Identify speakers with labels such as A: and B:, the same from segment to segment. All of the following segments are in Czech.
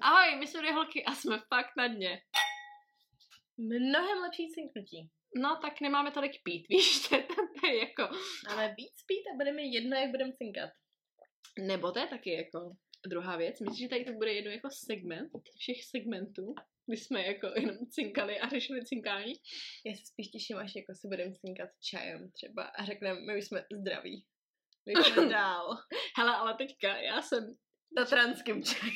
A: Ahoj, my jsme dvě holky a jsme fakt na dně.
B: Mnohem lepší cinknutí.
A: No, tak nemáme tolik pít, víš, to je jako...
B: Ale víc pít a budeme jedno, jak budeme cinkat.
A: Nebo to je taky jako druhá věc. Myslím, že tady to bude jedno jako segment všech segmentů, kdy jsme jako jenom cinkali a řešili cinkání.
B: Já se spíš těším, až jako se budeme cinkat čajem třeba a řekneme, my už jsme zdraví. My už jsme dál.
A: Hele, ale teďka já jsem
B: Tatranským čajem.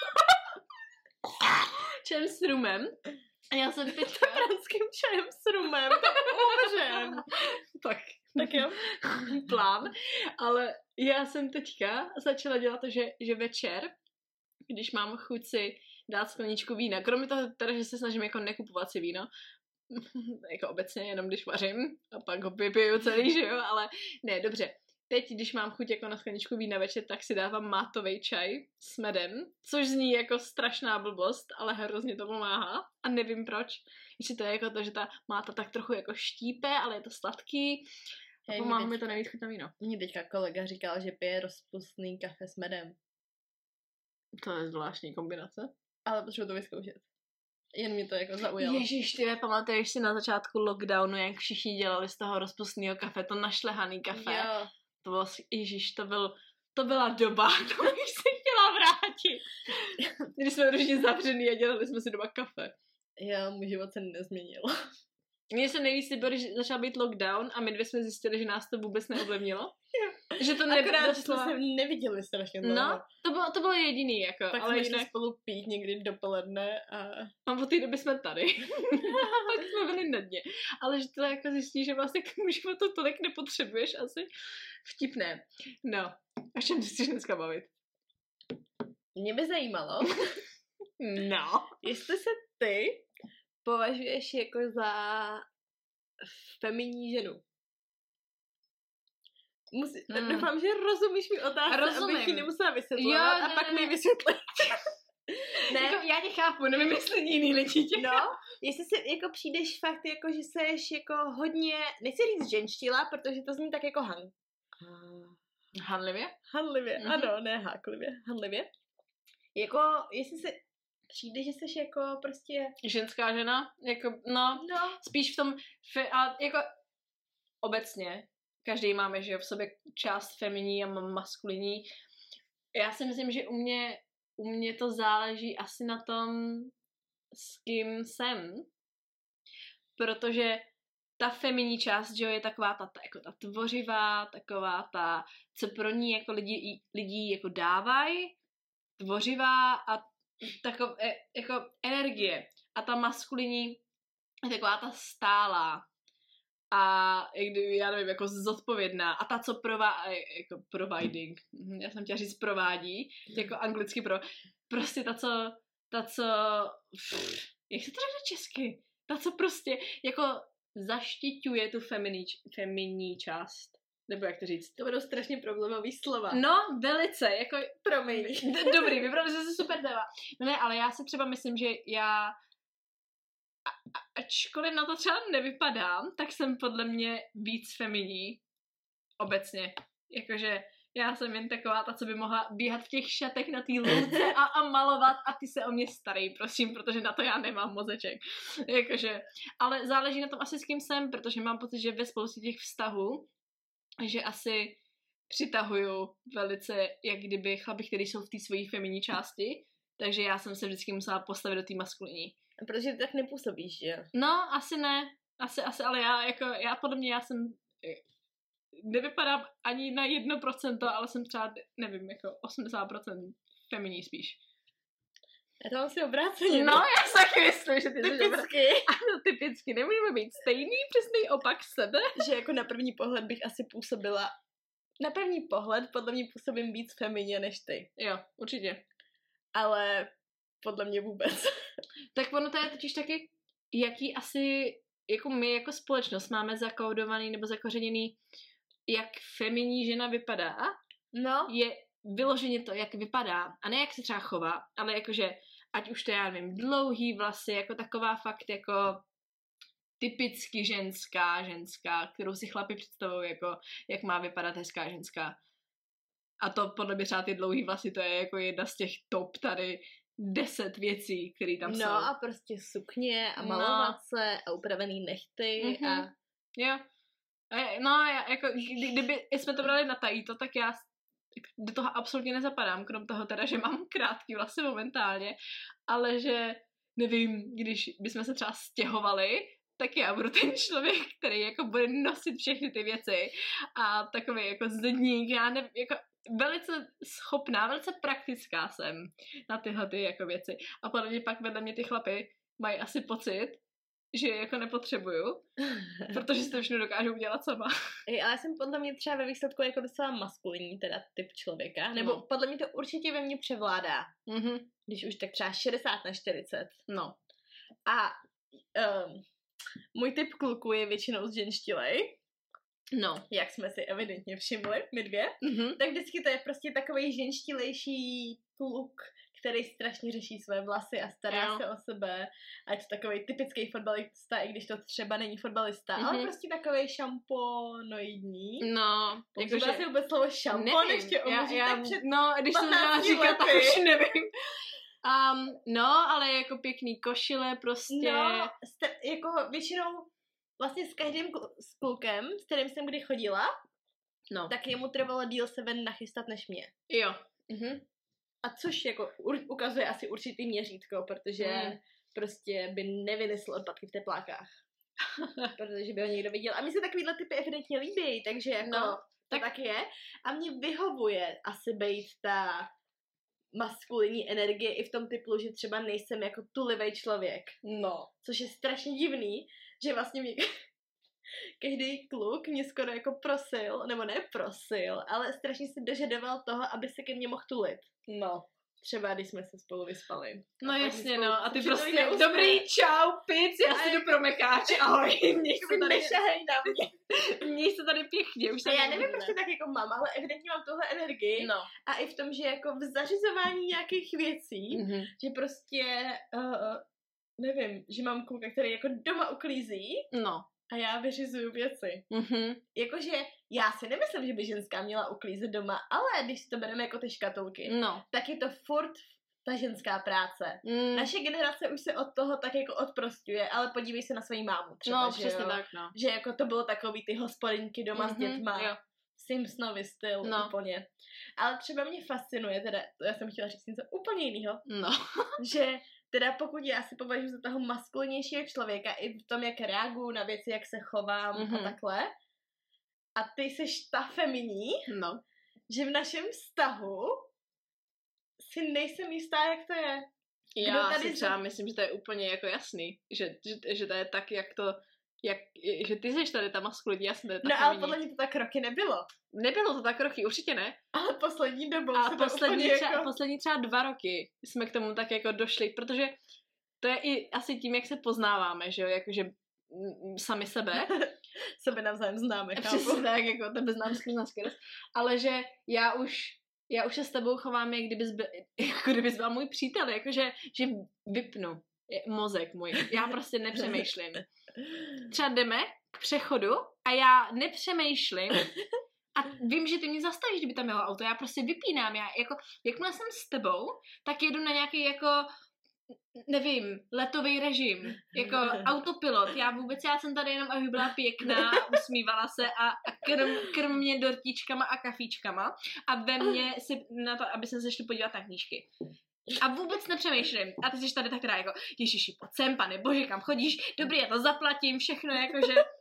A: čajem s rumem. A já jsem teďka...
B: Tatranským čajem s rumem. To umřem.
A: Tak jo, plán. Ale já jsem teďka začala dělat to, že večer, když mám chuť si dát skleničku vína, kromě toho teda, že se snažím jako nekupovat si víno, jako obecně, jenom když vařím a pak ho piju celý, že jo, ale ne, dobře. Teď, když mám chuť jako na skleničku vína večer, tak si dávám mátovej čaj s medem, což zní jako strašná blbost, ale hrozně to pomáhá a nevím proč. Jestli to je jako to, že ta máta tak trochu jako štípe, ale je to sladký a pomáhá mi to nejvíc chuť na víno.
B: Mně teďka kolega říkal, že pije rozpustný kafe s medem.
A: To je zvláštní kombinace.
B: Ale potřebuji to vyzkoušet. Jen mě to jako zaujalo.
A: Ježiš, ty pamatuješ si na začátku lockdownu, jak všichni dělali z toho rozpustného kafe, to našlehaný kafe.
B: Jo.
A: To bylo, ježiš, to byla doba, to bych se chtěla vrátit. Když jsme všichni zavřený a dělali jsme si doma kafe.
B: Já, můj život se nezměnil.
A: Mně se nejvíc líbilo, když začal být lockdown a my dvě jsme zjistili, že nás to vůbec neovlivnilo. Že to
B: akorát, že jsme se neviděli strašně dlouho.
A: No, to bylo jediný, jako.
B: Tak
A: ale
B: jsme
A: jinak...
B: šli spolu pít někdy dopoledne a...
A: A po té době jsme tady. Pak jsme byli na dně. Ale že to jako zjistí, že vlastně k tomu životu tolik nepotřebuješ, asi vtipné. No, a čem ty chceš dneska bavit?
B: Mě by zajímalo,
A: No.
B: jestli se ty považuješ jako za feminní ženu. Doufám, že rozumíš mi otázku, abych ji nemusela vysvětlovat a pak mi vysvětlit.
A: Ne. Jako, já tě chápu, nevím, jestli jiný lidi tě.
B: No, jestli si jako přijdeš fakt jako, že seš jako hodně, nechci říct ženštila, protože to zní tak jako
A: Hanlivě?
B: Hanlivě, ano, ne háklivě, hanlivě. Jako, jestli se přijde, že jsi jako prostě...
A: Ženská žena? Jako, no. Spíš v tom, a jako obecně, každý máme, že v sobě část feminní a maskulinní. Já si myslím, že u mě to záleží asi na tom, s kým jsem. Protože ta feminní část, že jo, je taková jako ta tvořivá, taková ta, co pro ní jako lidi jako dávají, tvořivá a jako energie. A ta maskulinní je taková ta stálá a já nevím, jako zodpovědná. A ta, co jako providing. Já jsem chtěla říct provádí, jako anglicky prostě ta, co jak se to řekne česky? Ta, co prostě jako zaštiťuje tu feminní část. Nebo jak to říct?
B: To budou strašně problémový slova.
A: No, velice, jako...
B: Promiň.
A: Dobrý, vypadá se super téma. No ne, ale já si třeba myslím, že já... Ačkoliv na to třeba nevypadám, tak jsem podle mě víc feminní. Obecně. Jakože já jsem jen taková ta, co by mohla běhat v těch šatech na té louce a malovat a ty se o mě starej, prosím, protože na to já nemám mozeček. Jakože... Ale záleží na tom asi s kým jsem, protože mám pocit, že ve spoustě těch vztahů že asi přitahuju velice, jak kdyby chlapi, kteří jsou v té svojí feminní části, takže já jsem se vždycky musela postavit do té maskulinní.
B: Protože ty tak nepůsobíš, že?
A: No, asi ne. Asi, ale já podle mě, já jsem nevypadám ani na 1%, ale jsem třeba, nevím, jako 80% feminní spíš.
B: Já to mám si obráceně.
A: No, já se taky myslím, že ty
B: typicky.
A: Ano, typicky. Nemůžeme být stejný, přesný opak sebe.
B: Že jako na první pohled bych asi působila... Na první pohled podle mě působím víc femině než ty.
A: Jo, určitě.
B: Ale podle mě vůbec.
A: Tak ono to je totiž taky, jaký asi jako my jako společnost máme zakódovaný nebo zakořeněný, jak feminní žena vypadá.
B: No.
A: Je vyloženě to, jak vypadá. A ne jak se třeba chová, ale jakože, ať už to já nevím, dlouhý vlasy, jako taková fakt jako typicky ženská, kterou si chlapi představují, jako jak má vypadat hezká ženská. A to podle mě třeba ty dlouhý vlasy, to je jako jedna z těch top tady 10 věcí, které tam jsou.
B: No a prostě sukně a malovat se a upravený nechty a...
A: Jo. No, jako, kdyby jsme to brali na tajito, tak já do toho absolutně nezapadám, krom toho teda, že mám krátký vlasy momentálně, ale že, nevím, když bychom se třeba stěhovali, tak já budu ten člověk, který jako bude nosit všechny ty věci a takový jako zedník, já nevím, jako velice schopná, velice praktická jsem na tyhle ty jako věci. A podle mě pak vedle mě ty chlapy mají asi pocit, že je jako nepotřebuju, protože si to všechno dokážu udělat sama.
B: Ale já jsem podle mě třeba ve výsledku jako docela maskulinní teda typ člověka, nebo podle mě to určitě ve mně převládá. Když už tak třeba 60/40.
A: No.
B: A můj typ kluku je většinou zženštilej.
A: No.
B: Jak jsme si evidentně všimli, my dvě. Tak vždycky to je prostě takovej ženštilejší kluk, který strašně řeší své vlasy a stará se o sebe. A je to takovej typický fotbalista, i když to třeba není fotbalista, ale prostě takovej šamponoidní.
A: No.
B: Jakože asi vůbec slovo šampon ještě omůžete před
A: no, když jsem měla říkat, tak už nevím. No, ale jako pěkný košile prostě.
B: No, jako většinou vlastně s každým s klukem, s kterým jsem kdy chodila, tak jemu trvalo díl se ven nachystat než mě.
A: Jo.
B: A což jako ukazuje asi určitý měřítko, protože prostě by nevynesl odpadky v teplákách. Protože by ho někdo viděl. A mi se takovýhle typy evidentně líbí, takže jako to tak je. A mě vyhovuje asi být ta maskulinní energie i v tom typu, že třeba nejsem jako tulivej člověk.
A: No.
B: Což je strašně divný, že vlastně mě každý kluk mě skoro jako prosil, nebo neprosil, ale strašně se dožadoval toho, aby se ke mně mohl tulit.
A: No.
B: Třeba když jsme se spolu vyspali.
A: No jasně, no. A ty prostě, dobrý, čau, pic, já si jdu pro mekáč, ahoj. Měj se tady,
B: nešahej na mě.
A: Měj se tady pěkně, už se
B: já nevím, proč tak jako mám, ale evidentně mám tuhle energii.
A: No.
B: A i v tom, že jako v zařizování nějakých věcí, že prostě, nevím, že mám kluka, který jako doma uklízí.
A: No.
B: A já vyřizuju věci. Jakože já si nemyslím, že by ženská měla uklízet doma, ale když si to bereme jako ty škatulky, tak je to furt ta ženská práce. Naše generace už se od toho tak jako odprostuje, ale podívej se na svoji mámu třeba,
A: no, přesně tak, no.
B: Že jako to bylo takový ty hospodinky doma s dětma. Simpsonový styl, úplně. Ale třeba mě fascinuje, teda, já jsem chtěla říct něco úplně jiného, že teda pokud já si považuji za toho maskulinnějšího člověka i v tom, jak reaguju na věci, jak se chovám a takhle, a ty jsi ta feminí, že v našem vztahu si nejsem jistá, jak to je.
A: Já si třeba myslím, že to je úplně jako jasný, že to je tak, jak to, že ty jsi tady ta maskulinní, já jsem tady ta feminí.
B: Ale podle mě to tak roky nebylo.
A: Nebylo to tak roky, určitě ne.
B: Ale poslední dobou
A: a poslední třeba 2 roky jsme k tomu tak jako došli, protože to je i asi tím, jak se poznáváme, že jo, jakože sami sebe.
B: Sebe navzájem známe, chápu.
A: Přesně tak, jako tebe znám skrz, ale že já už se s tebou chovám, jako kdybys byla můj přítel, jakože že vypnu mozek můj, já prostě nepřemýšlím. Třeba jdeme k přechodu a já nepřemýšlím a vím, že ty mě zastavíš, kdyby tam mělo auto, já prostě vypínám, já jako, jakmile jsem s tebou, tak jedu na nějaký jako, nevím, letový režim, jako autopilot, já jsem tady jenom, aby byla pěkná, usmívala se a krm mě dortíčkama a kafíčkama a ve mně si na to, aby jsme se šli podívat na knížky. A vůbec nepřemýšlím. A ty jsi tady tak teda jako, ježiši, pojď sem, pane bože, kam chodíš? Dobrý, já to zaplatím, všechno jako,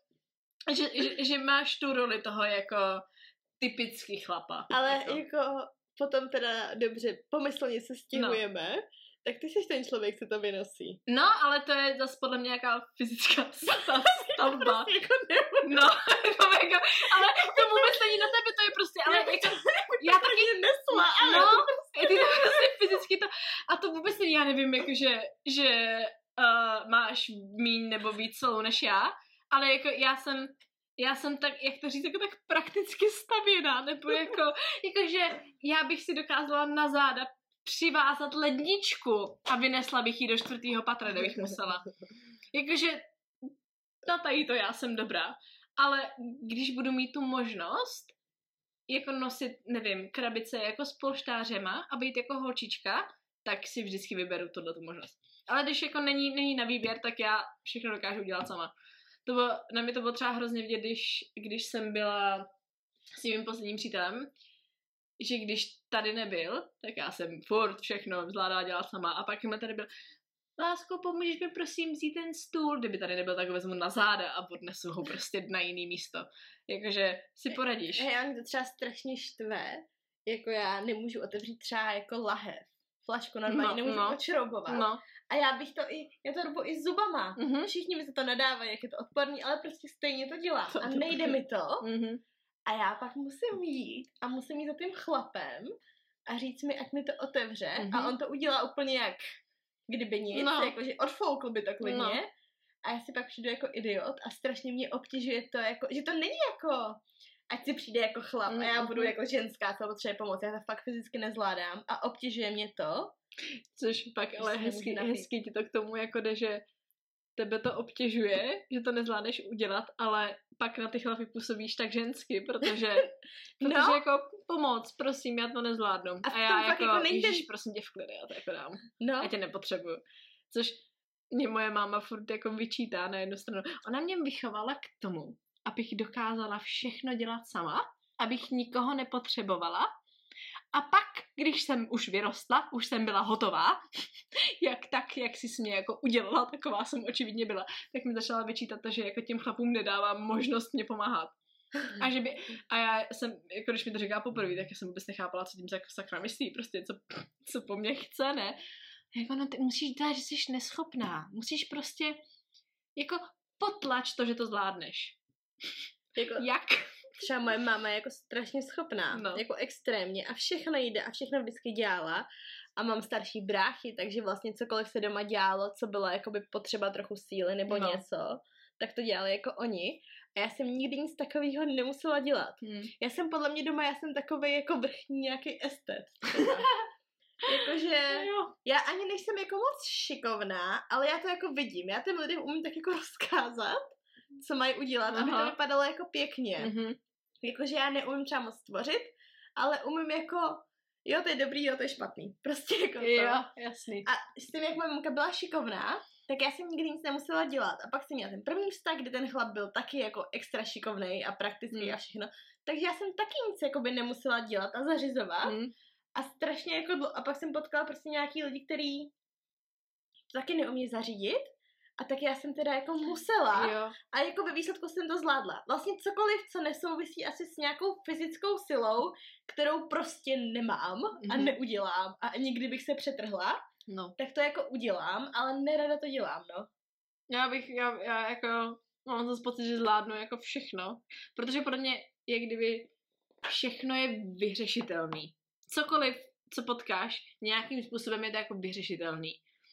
A: že máš tu roli toho jako typický chlapa.
B: Ale jako potom teda dobře, pomyslně se stěhujeme, tak ty jsi ten člověk, co to vynosí.
A: No, ale to je zase podle mě nějaká fyzická stavba.
B: Prostě jako
A: no, jako, ale to vůbec není na tebe, to je prostě, ale jako, já taky
B: nesla, ale
A: no, ty to prostě fyzicky to, a to vůbec není, já nevím, jako, že máš míň nebo víc celou než já, ale jako já jsem tak, jak to říct, jako tak prakticky stavěná, nebo jakože já bych si dokázala na záda přivázat ledničku a vynesla bych ji do 4. patra, kde bych musela. Jakože na tady to já jsem dobrá. Ale když budu mít tu možnost jako nosit, nevím, krabice jako s polštářema a být jako holčička, tak si vždycky vyberu tohleto možnost. Ale když jako není na výběr, tak já všechno dokážu udělat sama. Na mě to bylo třeba hrozně vidět, když jsem byla s mým posledním přítelem, že když tady nebyl, tak já jsem furt všechno zvládala dělat sama a pak jsme tady byl, lásko, pomůžeš mi prosím vzít ten stůl, kdyby tady nebyl, tak ho vezmu na záda a odnesu ho prostě na jiný místo. Jakože si poradíš.
B: Já mě to třeba strašně štve, jako já nemůžu otevřít třeba jako lahev, flašku normálně, nemůžu odšroubovat. No. A já to robu i zubama. Všichni mi za to nadávají, jak je to odporný, ale prostě stejně to dělám. A nejde mi to. A já pak musím jít a musím jít za tím chlapem a říct mi, ať mi to otevře. A on to udělá úplně jak kdyby nic, jakože odfoukl by to klidně. No. A já si pak přijdu jako idiot a strašně mě obtěžuje to, jako, že to není jako, ať si přijde jako chlap a já budu jako ženská, co potřebuje pomoct. Já to fakt fyzicky nezvládám a obtěžuje mě to.
A: Což pak ale hezky ti to k tomu jako jde, že tebe to obtěžuje, že to nezvládneš udělat, ale pak na ty chlapy působíš tak žensky, protože jako pomoc, prosím, já to nezvládnu. A já jako ježiš, prosím tě v klidu, já to jako dám. Já tě nepotřebuju. Což mě moje máma furt jako vyčítá na jednu stranu. Ona mě vychovala k tomu, abych dokázala všechno dělat sama, abych nikoho nepotřebovala. A pak, když jsem už vyrostla, už jsem byla hotová, jak jsi mě jako udělala, taková jsem očividně byla, tak mi začala vyčítat to, že jako těm chlapům nedávám možnost mě pomáhat. A já jsem, jako když mi to říká poprvé, tak jsem vůbec nechápala, co tím sakra myslí, prostě co po mně chce, ne? Jako no, ty musíš dát, že jsi neschopná, musíš prostě jako potlač to, že to zvládneš.
B: Jako...
A: Jak?
B: Třeba moje máma je jako strašně schopná, jako extrémně a všechno jde a všechno vždycky dělala a mám starší bráchy, takže vlastně cokoliv se doma dělalo, co bylo jakoby potřeba trochu síly nebo něco, tak to dělali jako oni a já jsem nikdy nic takového nemusela dělat. Já jsem podle mě doma, já jsem takovej jako vrchní nějaký estet. Jakože já ani nejsem jako moc šikovná, ale já to jako vidím, já těm lidem umím tak jako rozkázat, co mají udělat, aby to vypadalo jako pěkně. Jakože já neumím třeba moc tvořit, ale umím jako, jo, to je dobrý, jo, to je špatný. Prostě jako to.
A: Jo, jasný.
B: A s tím, jak moje mamka byla šikovná, tak já jsem nikdy nic nemusela dělat. A pak jsem měla ten první vztah, kdy ten chlap byl taky jako extra šikovnej a praktický a všechno. Takže já jsem taky nic jakoby nemusela dělat a zařizovat. A strašně jako a pak jsem potkala prostě nějaký lidi, který to taky neumí zařídit. A tak já jsem teda jako musela a jako ve výsledku jsem to zvládla. Vlastně cokoliv, co nesouvisí asi s nějakou fyzickou silou, kterou prostě nemám a neudělám a nikdy bych se přetrhla, tak to jako udělám, ale nerada to dělám,
A: Já jako mám zase pocit, že zvládnu jako všechno, protože pro mě je kdyby všechno je vyřešitelný. Cokoliv, co potkáš, nějakým způsobem je to jako vyřešitelný.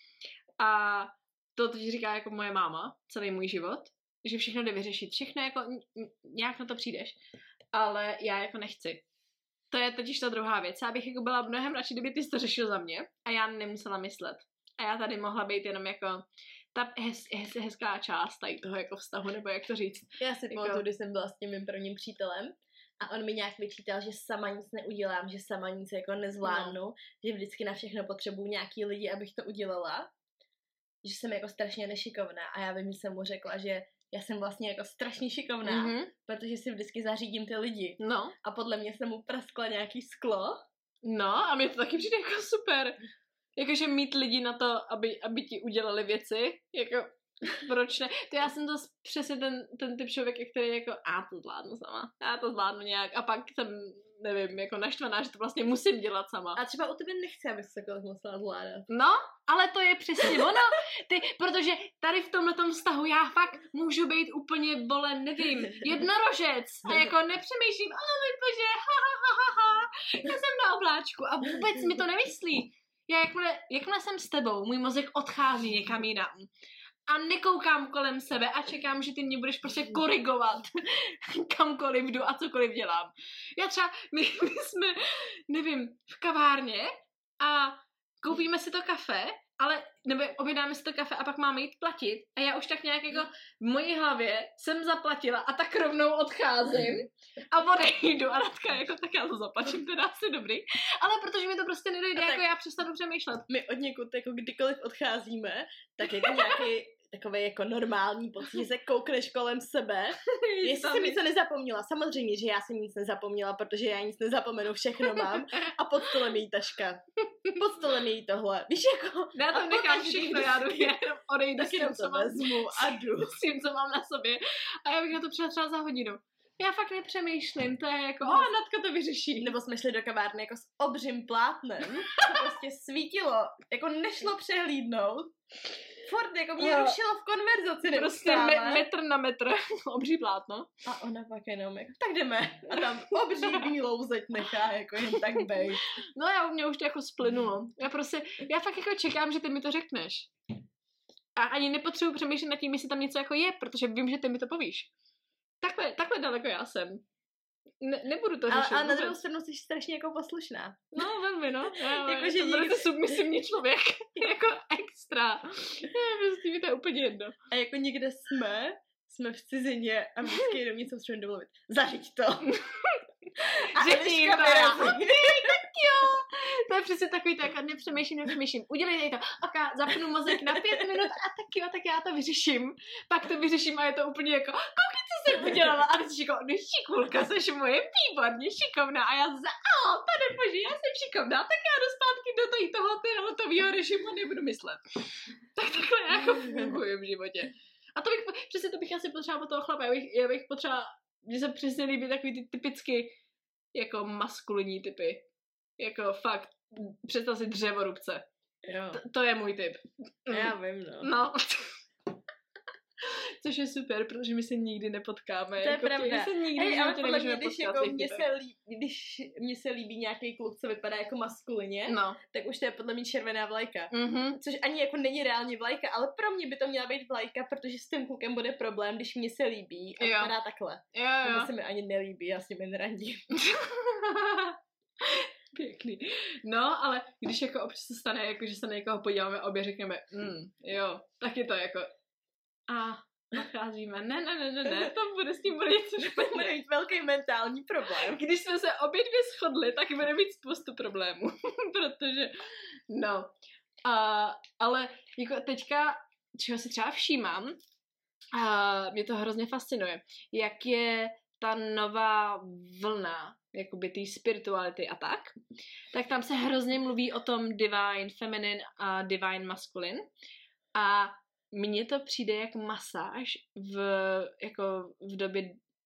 A: A to ti říká jako moje máma, celý můj život, že všechno jde vyřešit, všechno jako, nějak na to přijdeš, ale já jako nechci. To je totiž ta druhá věc, já bych jako byla mnohem radši, kdyby ty jsi to řešil za mě a já nemusela myslet. A já tady mohla být jenom jako ta hezká část tady toho jako vztahu, nebo jak to říct.
B: Já si pamatuju, když jsem byla s tím mým prvním přítelem a on mi nějak vyčítal, že sama nic neudělám, že sama nic jako nezvládnu, že vždycky na všechno potřebuju nějaký lidi, abych to udělala. Že jsem jako strašně nešikovná a já vím, že jsem mu řekla, že já jsem vlastně jako strašně šikovná, protože si vždycky zařídím ty lidi. A podle mě jsem mu praskla nějaký sklo.
A: A mě to taky přijde jako super. Jakože mít lidi na to, aby ti udělali věci, jako proč ne? To já jsem to přesně ten typ člověk, který jako to zvládnu sama, já to zvládnu nějak a pak jsem nevím, jako naštvaná, že to vlastně musím dělat sama.
B: A třeba u tebe nechci, abys se takhle musela zvládat.
A: Ale to je přesně ono. Protože tady v tomhletom vztahu já fakt můžu být úplně, nevím, jednorožec. A jako nepřemýšlím, můj bože, já jsem na obláčku a vůbec mi to nemyslí. Já jakmile jsem s tebou, můj mozek odchází někam jinam. A nekoukám kolem sebe a čekám, že ty mě budeš prostě korigovat kamkoliv jdu a cokoliv dělám. Já třeba, my jsme, nevím, v kavárně a koupíme si to kafe, ale, nebo objednáme si to kafe a pak máme jít platit a já už tak nějak jako v mojí hlavě jsem zaplatila a tak rovnou odcházím a odejdu a Radka jako tak já to zaplatím, teda asi dobrý, ale protože mi to prostě nedojde, jako já přestanu přemýšlet.
B: My od někud jako kdykoliv odcházíme, tak je to nějaký takový jako normální pocit, že se koukneš kolem sebe, jestli jsem nic nezapomněla. Samozřejmě, že já jsem nic nezapomněla, protože já nic nezapomenu, všechno mám a pod stolem její taška. Pod stolem její tohle. Víš, jako...
A: Já to nechám všechno, já jenom odejdu s tím,
B: co vezmu a jdu.
A: S tím, co mám na sobě. A já bych na to přišla třeba za hodinu. Já fakt nepřemýšlím, to je jako, Natka to vyřeší.
B: Nebo jsme šli do kavárny jako s obřím plátnem, to prostě svítilo, jako nešlo přehlídnout. Furt jako mě rušilo v konverzaci.
A: Prostě metr na metr, obří plátno.
B: A ona pak jenom jako, tak jdeme. A tam obří bílou zeď nechá jako jen tak bejt.
A: No mě už to jako splynulo. Já fakt jako čekám, že ty mi to řekneš. A ani nepotřebuji přemýšlet nad tím, jestli tam něco jako je, protože vím, že ty mi to povíš. Takhle daleko já jsem. Nebudu to řešit.
B: A na druhou stranu jsi strašně jako poslušná.
A: No, velmi, no.
B: Jako, že
A: někdy... submisivní člověk. Jako extra. Prostě mi to je úplně jedno.
B: A jako někde jsme v cizině a vždycky jenom něco potřebujeme domluvit. Zařiď to.
A: A řekni to. Tak jo. To je přesně takový tak, a nepřemýšlím. Udělej to. Ok, zapnu mozek na 5 minut a tak jo, tak já to vyřeším. Pak to vyřeším a je to úplně jako, koukej, co jsem udělala. A ty jsi jako, no šikulka, seš moje výborně šikovná. A já pane bože, já jsem šikovná, tak já jdu zpátky do toho hotovýho režimu a nebudu myslet. Tak takhle jako funguji v životě. A to bych asi potřebovala toho chlapa. Já bych potřebovala, mně se přesně líbí takový ty typicky jako maskulinní typy. Jako fakt, představ si dřevorubce.
B: Jo.
A: To je můj typ.
B: Já vím,
A: No. Což je super, protože my se nikdy nepotkáme.
B: To je pravda.
A: Ale
B: podle mě, když mně se líbí nějaký kluk, co vypadá jako maskulině, tak už to je podle mě červená vlajka.
A: Mm-hmm.
B: Což ani jako není reálně vlajka, ale pro mě by to měla být vlajka, protože s tím klukem bude problém, když mě se líbí a vypadá takhle.
A: Jo.
B: To se mi ani nelíbí, já s ním jen randím.
A: Pěkný. No, ale když jako občas se stane, jako, že se na někoho podíváme a obě řekneme, jo, tak je to jako nacházíme. Ne, to bude s tím bude něco špatně.
B: Bude mít velký mentální problém.
A: Když jsme se obě dvě shodli, tak bude mít spoustu problémů. Protože, ale jako teďka, čeho si třeba všímám, mě to hrozně fascinuje, jak je ta nová vlna jakoby té spirituality a tak tam se hrozně mluví o tom divine feminine a divine masculine a mně to přijde jak masáž v době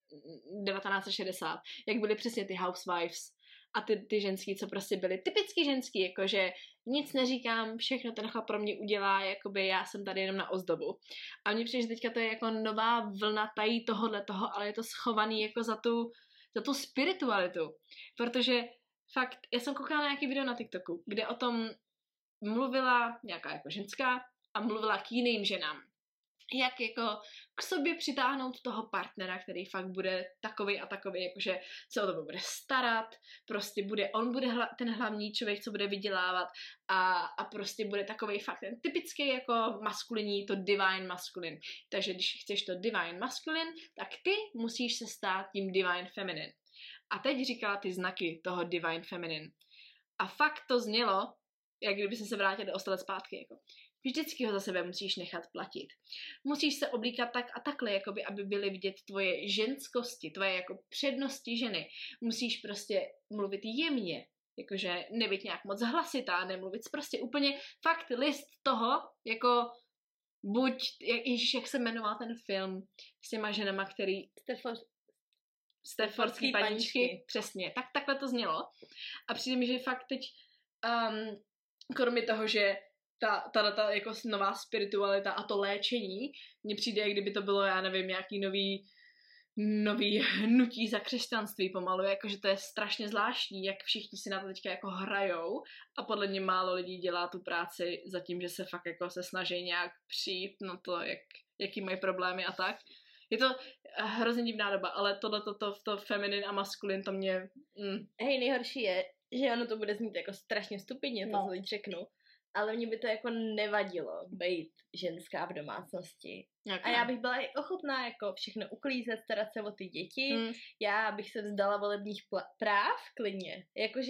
A: 1960, jak byly přesně ty housewives a ty ženský, co prostě byly typicky ženský, jakože nic neříkám, všechno ten chlap pro mě udělá, jakoby já jsem tady jenom na ozdobu. A mně přijde, že teďka to je jako nová vlna tají tohohletoho, ale je to schovaný jako za tu spiritualitu. Protože fakt, já jsem koukala na nějaký video na TikToku, kde o tom mluvila nějaká jako ženská a mluvila k jiným ženám. Jak jako k sobě přitáhnout toho partnera, který fakt bude takovej a takovej, jakože se o to bude starat, prostě on bude ten hlavní člověk, co bude vydělávat a prostě bude takovej fakt ten typický jako maskulinní, to divine masculine. Takže když chceš to divine masculine, tak ty musíš se stát tím divine feminine. A teď říkala ty znaky toho divine feminine. A fakt to znělo, jak kdyby se vrátil do 100 let zpátky, jako. Vždycky ho za sebe musíš nechat platit. Musíš se oblíkat tak a takhle, jakoby, aby byly vidět tvoje ženskosti, tvoje jako přednosti ženy. Musíš prostě mluvit jemně, jakože nebyt nějak moc hlasitá, nemluvit prostě úplně fakt list toho, jako buď, jak se jmenoval ten film s těma ženama, který... Staffordský paničky. Přesně, takhle to znělo. A přijde mi, že fakt teď, kromě toho, že ta jako nová spiritualita a to léčení, mně přijde, jak kdyby to bylo, já nevím, nějaký nový hnutí za křesťanství pomalu, jakože to je strašně zvláštní, jak všichni si na to teďka jako hrajou a podle mě málo lidí dělá tu práci za tím, že se fakt jako se snaží nějak přijít na to, jaký mají problémy a tak. Je to hrozně divná doba, ale to feminin a maskulin, to mě...
B: Hej, nejhorší je, že ono to bude znít jako strašně stupidně, to co teď řeknu, ale mě by to jako nevadilo být ženská v domácnosti. A já bych byla i ochotná jako všechno uklízet, starat se o ty děti. Já bych se vzdala volebních práv klidně. Jakože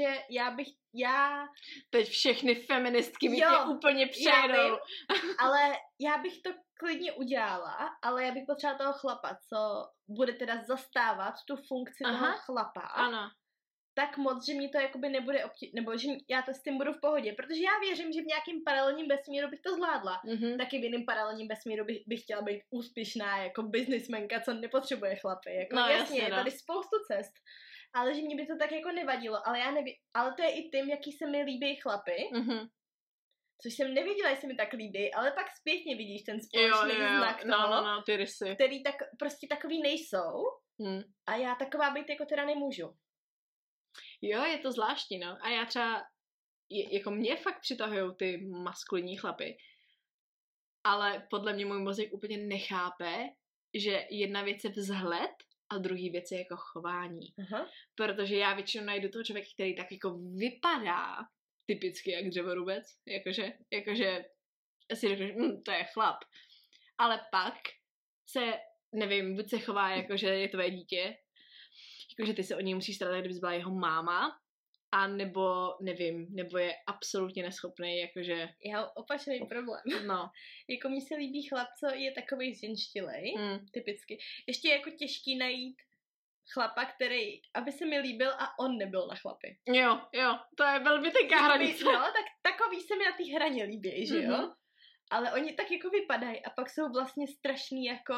A: Teď všechny feministky mi tě úplně přejedou.
B: Ale já bych to klidně udělala, ale já bych potřebovala toho chlapa, co bude teda zastávat tu funkci toho chlapa.
A: Ano.
B: Tak moc, že mi to jakoby nebude nebo že já to s tím budu v pohodě, protože já věřím, že v nějakém paralelním vesmíru bych to zvládla. Taky v jiném paralelním vesmíru bych chtěla být úspěšná jako biznismenka, co nepotřebuje chlapy. Jako jasně, je tady spoustu cest, ale že mě by to tak jako nevadilo, ale já nevím, ale to je i tím, jaký se mi líbí chlapy. Což jsem nevěděla, jestli mi tak líbí, ale pak zpětně vidíš ten společný znak toho,
A: ty rysy.
B: Který tak prostě takový nejsou a já taková být jako teda nemůžu.
A: Jo, je to zvláštní, no. A já třeba, jako mě fakt přitahujou ty maskulinní chlapy, ale podle mě můj mozek úplně nechápe, že jedna věc je vzhled a druhý věc je jako chování. Protože já většinou najdu toho člověka, který tak jako vypadá typicky jak dřevorubec, jakože si řeknu, to je chlap. Ale pak se, nevím, buď se chová jako, že je tvoje dítě, jakože ty se o něj musíš starat, kdyby byla jeho máma, a nebo je absolutně neschopný, jakože...
B: Já mám opačný problém.
A: No.
B: Jako mně se líbí chlap, co je takovej zjenštilej, typicky. Ještě je jako těžký najít chlapa, který, aby se mi líbil a on nebyl na chlapy.
A: Jo, to je velmi tenká hranice.
B: No, tak takový se mi na té hraně líbí, že jo? Ale oni tak jako vypadají a pak jsou vlastně strašný jako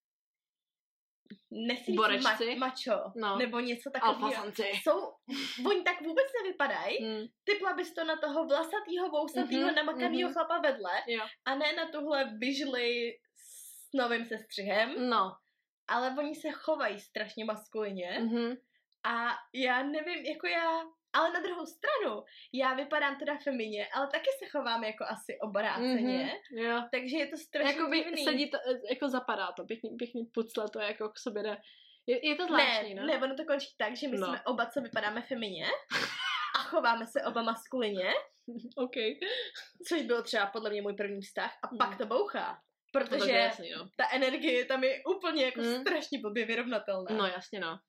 B: mačo, nebo něco takového.
A: Alfasanci.
B: Oni tak vůbec nevypadají. Typla bys to na toho vlasatýho, vousatýho, namakanýho chlapa vedle a ne na tuhle vyžli s novým sestřihem.
A: No.
B: Ale oni se chovají strašně maskulině a já nevím, ale na druhou stranu, já vypadám teda femině, ale taky se chovám jako asi obráceně, takže je to strašně divný.
A: Sedí to, jako zapadá to, pěkně pucle to jako k sobě jde. Je to zvláštní, no?
B: Ne, ono to končí tak, že my jsme oba, co vypadáme femině a chováme se oba maskulině.
A: OK.
B: Což byl třeba podle mě můj první vztah a pak to bouchá. Protože ta energie tam je úplně jako strašně blbě vyrovnatelná.
A: No jasně, no.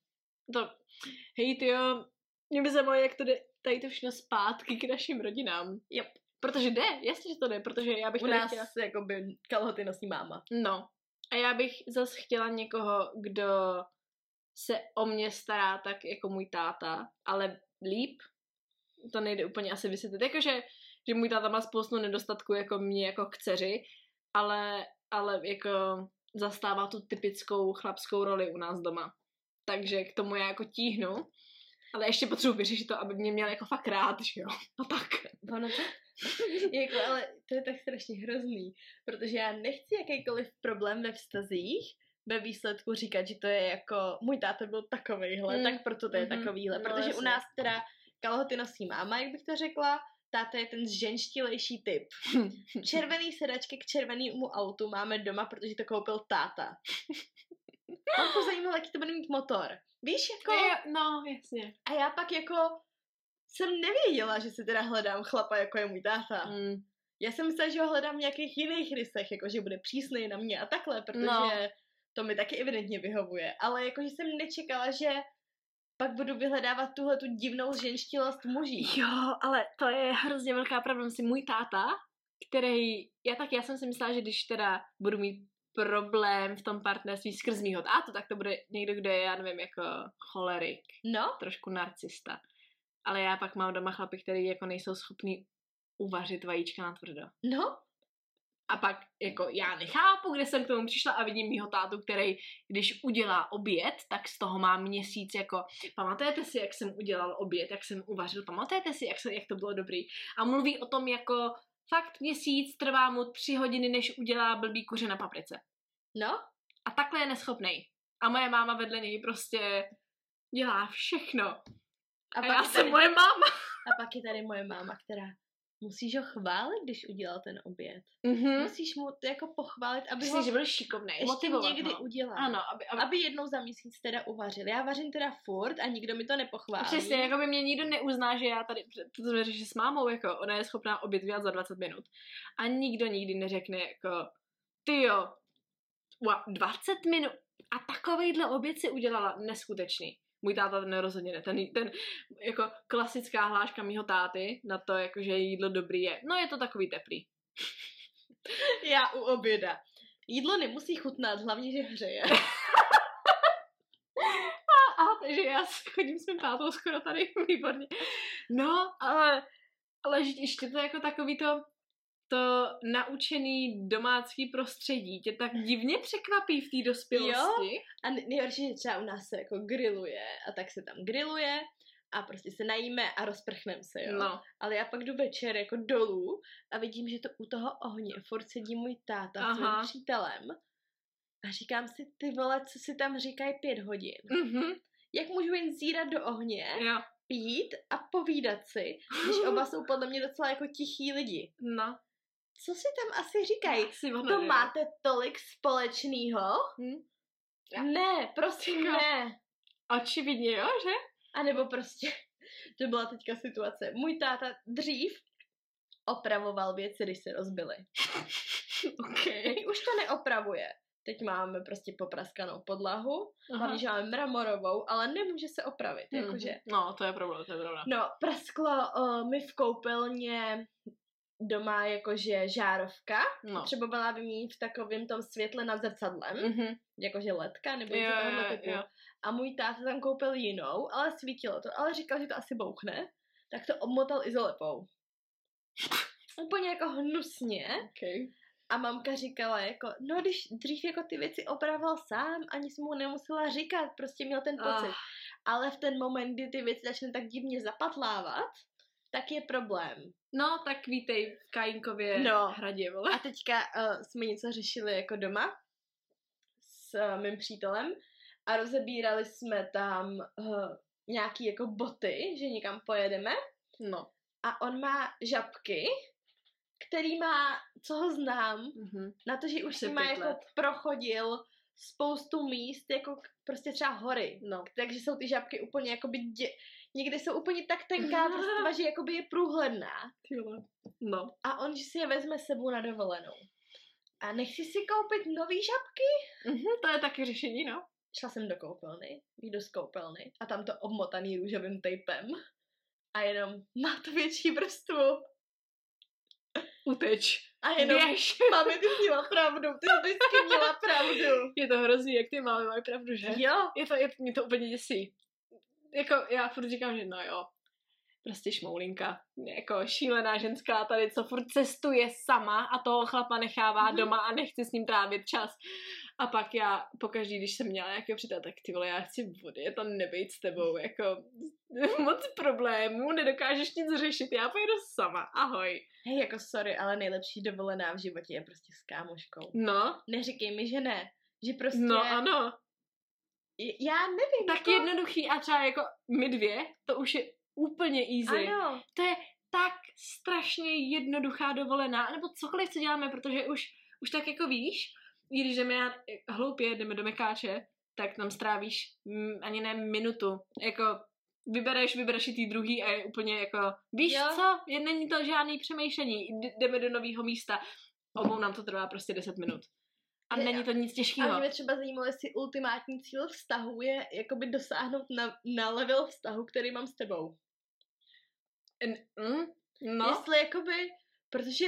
A: Hej tyjo, mě by zajímalo, jak to jde tady to všechno zpátky k našim rodinám.
B: Yep.
A: Protože jde, jasně, že to jde, protože já bych
B: u nás chtěla... jakoby kalhoty nosí máma.
A: No. A já bych zase chtěla někoho, kdo se o mě stará tak jako můj táta, ale líp. To nejde úplně asi vysvětlit. Jakože, že můj táta má spoustu nedostatků jako mě, jako k dceři, ale jako zastává tu typickou chlapskou roli u nás doma. Takže k tomu já jako tíhnu. Ale ještě potřebuji vyřešit to, aby mě měl jako fakt rád, že jo? A tak.
B: Ono to, jako, ale to je tak strašně hrozný, protože já nechci jakýkoliv problém ve vztazích ve výsledku říkat, že to je jako, můj táta byl takovejhle, tak proto to je takovýhle, protože jasně. U nás teda kalhoty nosí máma, jak bych to řekla, táta je ten ženštilejší typ. Červený sedačky k červenému autu máme doma, protože to koupil táta. On to zajímalo, jaký to bude mít motor. Víš, jako...
A: No, jasně.
B: A já pak jako jsem nevěděla, že si teda hledám chlapa, jako je můj táta. Já jsem myslela, že ho hledám v nějakých jiných rysech, jako že bude přísnej na mě a takhle, protože to mi taky evidentně vyhovuje. Ale jakože jsem nečekala, že pak budu vyhledávat tuhle tu divnou ženštilost muží.
A: Jo, ale to je hrozně velká pravda. Si můj táta, který... Já jsem si myslela, že když teda budu mít problém v tom partnerství skrz mýho tátu, tak to bude někdo, kdo je, já nevím, jako cholerik.
B: No.
A: Trošku narcista. Ale já pak mám doma chlapy, který jako nejsou schopní uvařit vajíčka na tvrdo.
B: No.
A: A pak jako já nechápu, kde jsem k tomu přišla a vidím mýho tátu, který když udělá oběd, tak z toho má měsíc jako, pamatujete si, jak jsem udělal oběd, jak jsem uvařil, pamatujete si, jak to bylo dobrý. A mluví o tom jako fakt měsíc, trvá mu 3 hodiny, než udělá blbý kuře na paprice.
B: No.
A: A takhle je neschopnej. A moje máma vedle něj prostě dělá všechno. A já jsem moje máma.
B: A pak je tady moje máma, která musíš ho chválit, když udělal ten oběd. Musíš mu to jako pochválit, aby
A: Myslíš, že byl šikovnej,
B: ještě někdy udělal. Ano, aby jednou za měsíc teda uvařil. Já vařím teda furt a nikdo mi to nepochválí.
A: Přesně, jako by mě nikdo neuzná, že já tady, to jsme řešili s mámou, jako ona je schopná oběd udělat za 20 minut. A nikdo nikdy neřekne, jako, tyjo, 20 minut a takovejhle oběd si udělala, neskutečný. Můj táta ten rozhodně ne. Ten jako klasická hláška mýho táty na to, jako, že jídlo dobrý je. No je to takový teplý.
B: Já u oběda. Jídlo nemusí chutnat, hlavně, že hřeje.
A: Takže já chodím s mým tátou skoro tady, výborně. No, ale ještě to jako takový to naučený domácí prostředí tě tak divně překvapí v té dospělosti.
B: Jo, a nejhorší, že třeba u nás se jako grilluje a tak se tam grilluje a prostě se najíme a rozprchneme se, jo. No. Ale já pak jdu večer jako dolů a vidím, že to u toho ohně furt sedí můj táta s svým přítelem a říkám si, ty vole, co si tam říkají 5 hodin. Jak můžu jen zírat do ohně, pít a povídat si, když oba jsou podle mě docela jako tichý lidi.
A: No.
B: Co si tam asi říkají? To máte tolik společného? Ne, prosím, ne.
A: Očividně, jo, že?
B: A nebo prostě, to byla teďka situace. Můj táta dřív opravoval věci, když se rozbily. Teď už to neopravuje. Teď máme prostě popraskanou podlahu, hlavně, že máme mramorovou, ale nemůže se opravit, jakože.
A: No, to je problém, to je pravda.
B: No, prasklo mi v koupelně doma jakože žárovka, potřebovala vyměnit v takovém tom světle nad zrcadlem, jakože ledka, nebo něco tohoto typu. A můj táta tam koupil jinou, ale svítilo to, ale říkal, že to asi bouchne, tak to obmotal izolepou. Úplně jako hnusně.
A: Okay.
B: A mamka říkala jako, no když dřív jako ty věci opravoval sám, ani jsem mu nemusela říkat, prostě měl ten pocit. Ale v ten moment, kdy ty věci začne tak divně zapatlávat, tak je problém.
A: No, tak vítej v Kajínkově hradě, vole.
B: A teďka jsme něco řešili jako doma s mým přítelem a rozebírali jsme tam nějaký jako boty, že někam pojedeme.
A: No.
B: A on má žabky, který má, co ho znám, na to, že už si má jako prochodil spoustu míst, jako prostě třeba hory.
A: No.
B: Takže jsou ty žabky úplně jakoby někdy jsou úplně tak tenká vrstva, že jakoby je průhledná.
A: No.
B: A on, že si je vezme sebou na dovolenou. A nechci si koupit nový žabky?
A: To je taky řešení, no.
B: Šla jsem do koupelny, jdu z koupelny a tam to obmotaný růžovým tejpem. A jenom má to větší vrstvu.
A: Uteč.
B: A jenom, mami, ty jsi měla pravdu, ty jsi vždycky měla pravdu.
A: Je to hrozný, jak ty mámy mají pravdu, že?
B: Jo.
A: Mě to úplně děsí. Jako, já furt říkám, že no jo, prostě šmoulinka, jako šílená ženská tady, co furt cestuje sama a toho chlapa nechává doma a nechce s ním trávit čas. A pak já pokaždý, když jsem měla nějakého přítele, tak ty vole, já chci vody, je to nebejt s tebou, jako moc problémů, nedokážeš nic řešit, já pojedu sama, ahoj.
B: Hej, jako sorry, ale nejlepší dovolená v životě je prostě s kámoškou.
A: No.
B: Neříkej mi, že ne, že prostě...
A: No, ano.
B: Já nevím.
A: Tak
B: jako...
A: jednoduchý a třeba jako my dvě, to už je úplně easy.
B: Ano.
A: To je tak strašně jednoduchá dovolená, nebo cokoliv, co děláme, protože už tak jako víš, i když jdeme do Mekáče, tak tam strávíš ani ne minutu. Jako vybereš i tý druhý a je úplně jako, víš co, není to žádný přemýšlení, jdeme do nového místa, obou nám to trvá prostě 10 minut. A není to nic těžkého.
B: A mě třeba zajímalo, jestli ultimátní cíl vztahu je jakoby dosáhnout na level vztahu, který mám s tebou.
A: No.
B: Jestli jakoby, protože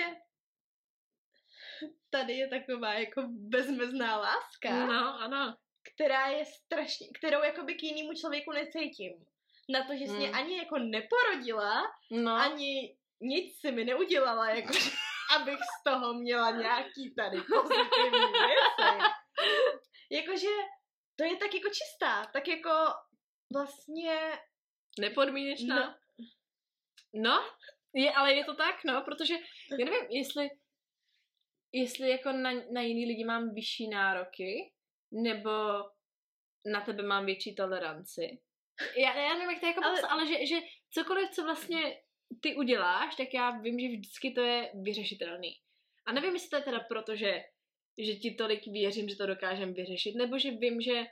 B: tady je taková jako bezmezná láska.
A: No, ano.
B: Která je strašně, kterou jakoby k jinému člověku necítím. Na to, že jsi mě ani jako neporodila, ani nic si mi neudělala, jako abych z toho měla nějaký tady pozitivní věci. Jakože to je tak jako čistá, tak jako vlastně...
A: Nepodmínečná. No, ale je to tak, no, protože já nevím, jestli jako na jiný lidi mám vyšší nároky, nebo na tebe mám větší toleranci. Já nevím, jak to jako ale že cokoliv, co vlastně ty uděláš, tak já vím, že vždycky to je vyřešitelný. A nevím, jestli to je teda proto, že ti tolik věřím, že to dokážem vyřešit, nebo že vím, že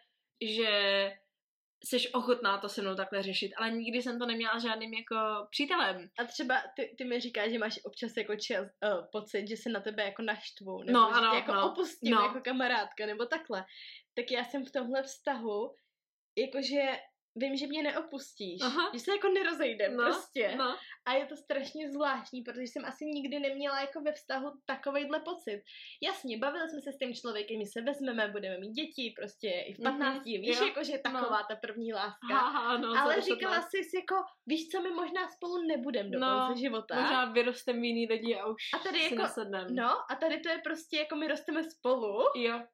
A: jsi ochotná to se mnou takhle řešit, ale nikdy jsem to neměla žádným jako přítelem.
B: A třeba ty mi říkáš, že máš občas jako pocit, že se na tebe jako naštvu, nebo že tě jako opustím jako kamarádka, nebo takhle. Tak já jsem v tomhle vztahu, jakože vím, že mě neopustíš, že se jako nerozejdem prostě. No. A je to strašně zvláštní, protože jsem asi nikdy neměla jako ve vztahu takovejhle pocit. Jasně, bavili jsme se s tím člověkem, my se vezmeme, budeme mít děti, prostě i v 15, víš, jako že je taková ta první láska. Ale říkala jsi jako, víš co, my možná spolu nebudeme do konce života.
A: Možná vyrostem v jiný lidi a už
B: a tady
A: si
B: jako,
A: nasedneme.
B: No, a tady to je prostě jako my rosteme spolu.
A: Jo.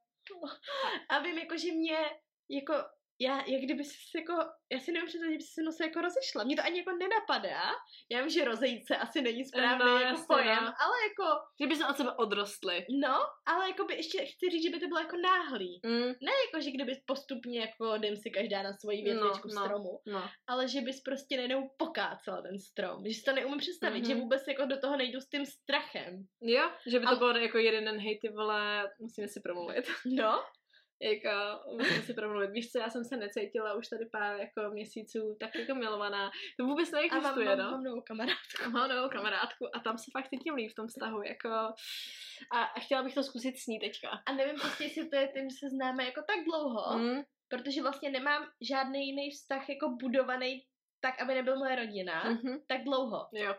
B: A vím jako, že mě jako jak kdyby si jako, já si nevím představit, že by se mnou se jako rozešla. Mně to ani jako nenapadá. Já vím, že rozejít se asi není správný jako pojem, ale jako...
A: Že by se od sebe odrostly.
B: No, ale jako by ještě chci říct, že by to bylo jako náhlý. Ne jako, že kdyby postupně jako jdem si každá na svoji větvičku stromu, ale že bys prostě najednou pokácela ten strom. Že si to neumím představit, že vůbec jako do toho nejdu s tím strachem.
A: Jo, že by to bylo jako jeden hej, ty vole, musíme si promluvit.
B: No.
A: Jako, musím si promluvit. Víš co, já jsem se necítila už tady pár jako měsíců tak jako milovaná. To vůbec neexistuje,
B: mám novou kamarádku.
A: Mám novou kamarádku a tam se fakt cítím líp v tom vztahu, jako... A chtěla bych to zkusit s ní teďka.
B: A nevím prostě, jestli to je tím, že se známe jako tak dlouho, protože vlastně nemám žádný jiný vztah jako budovaný tak, aby nebyl moje rodina, tak dlouho.
A: Jo.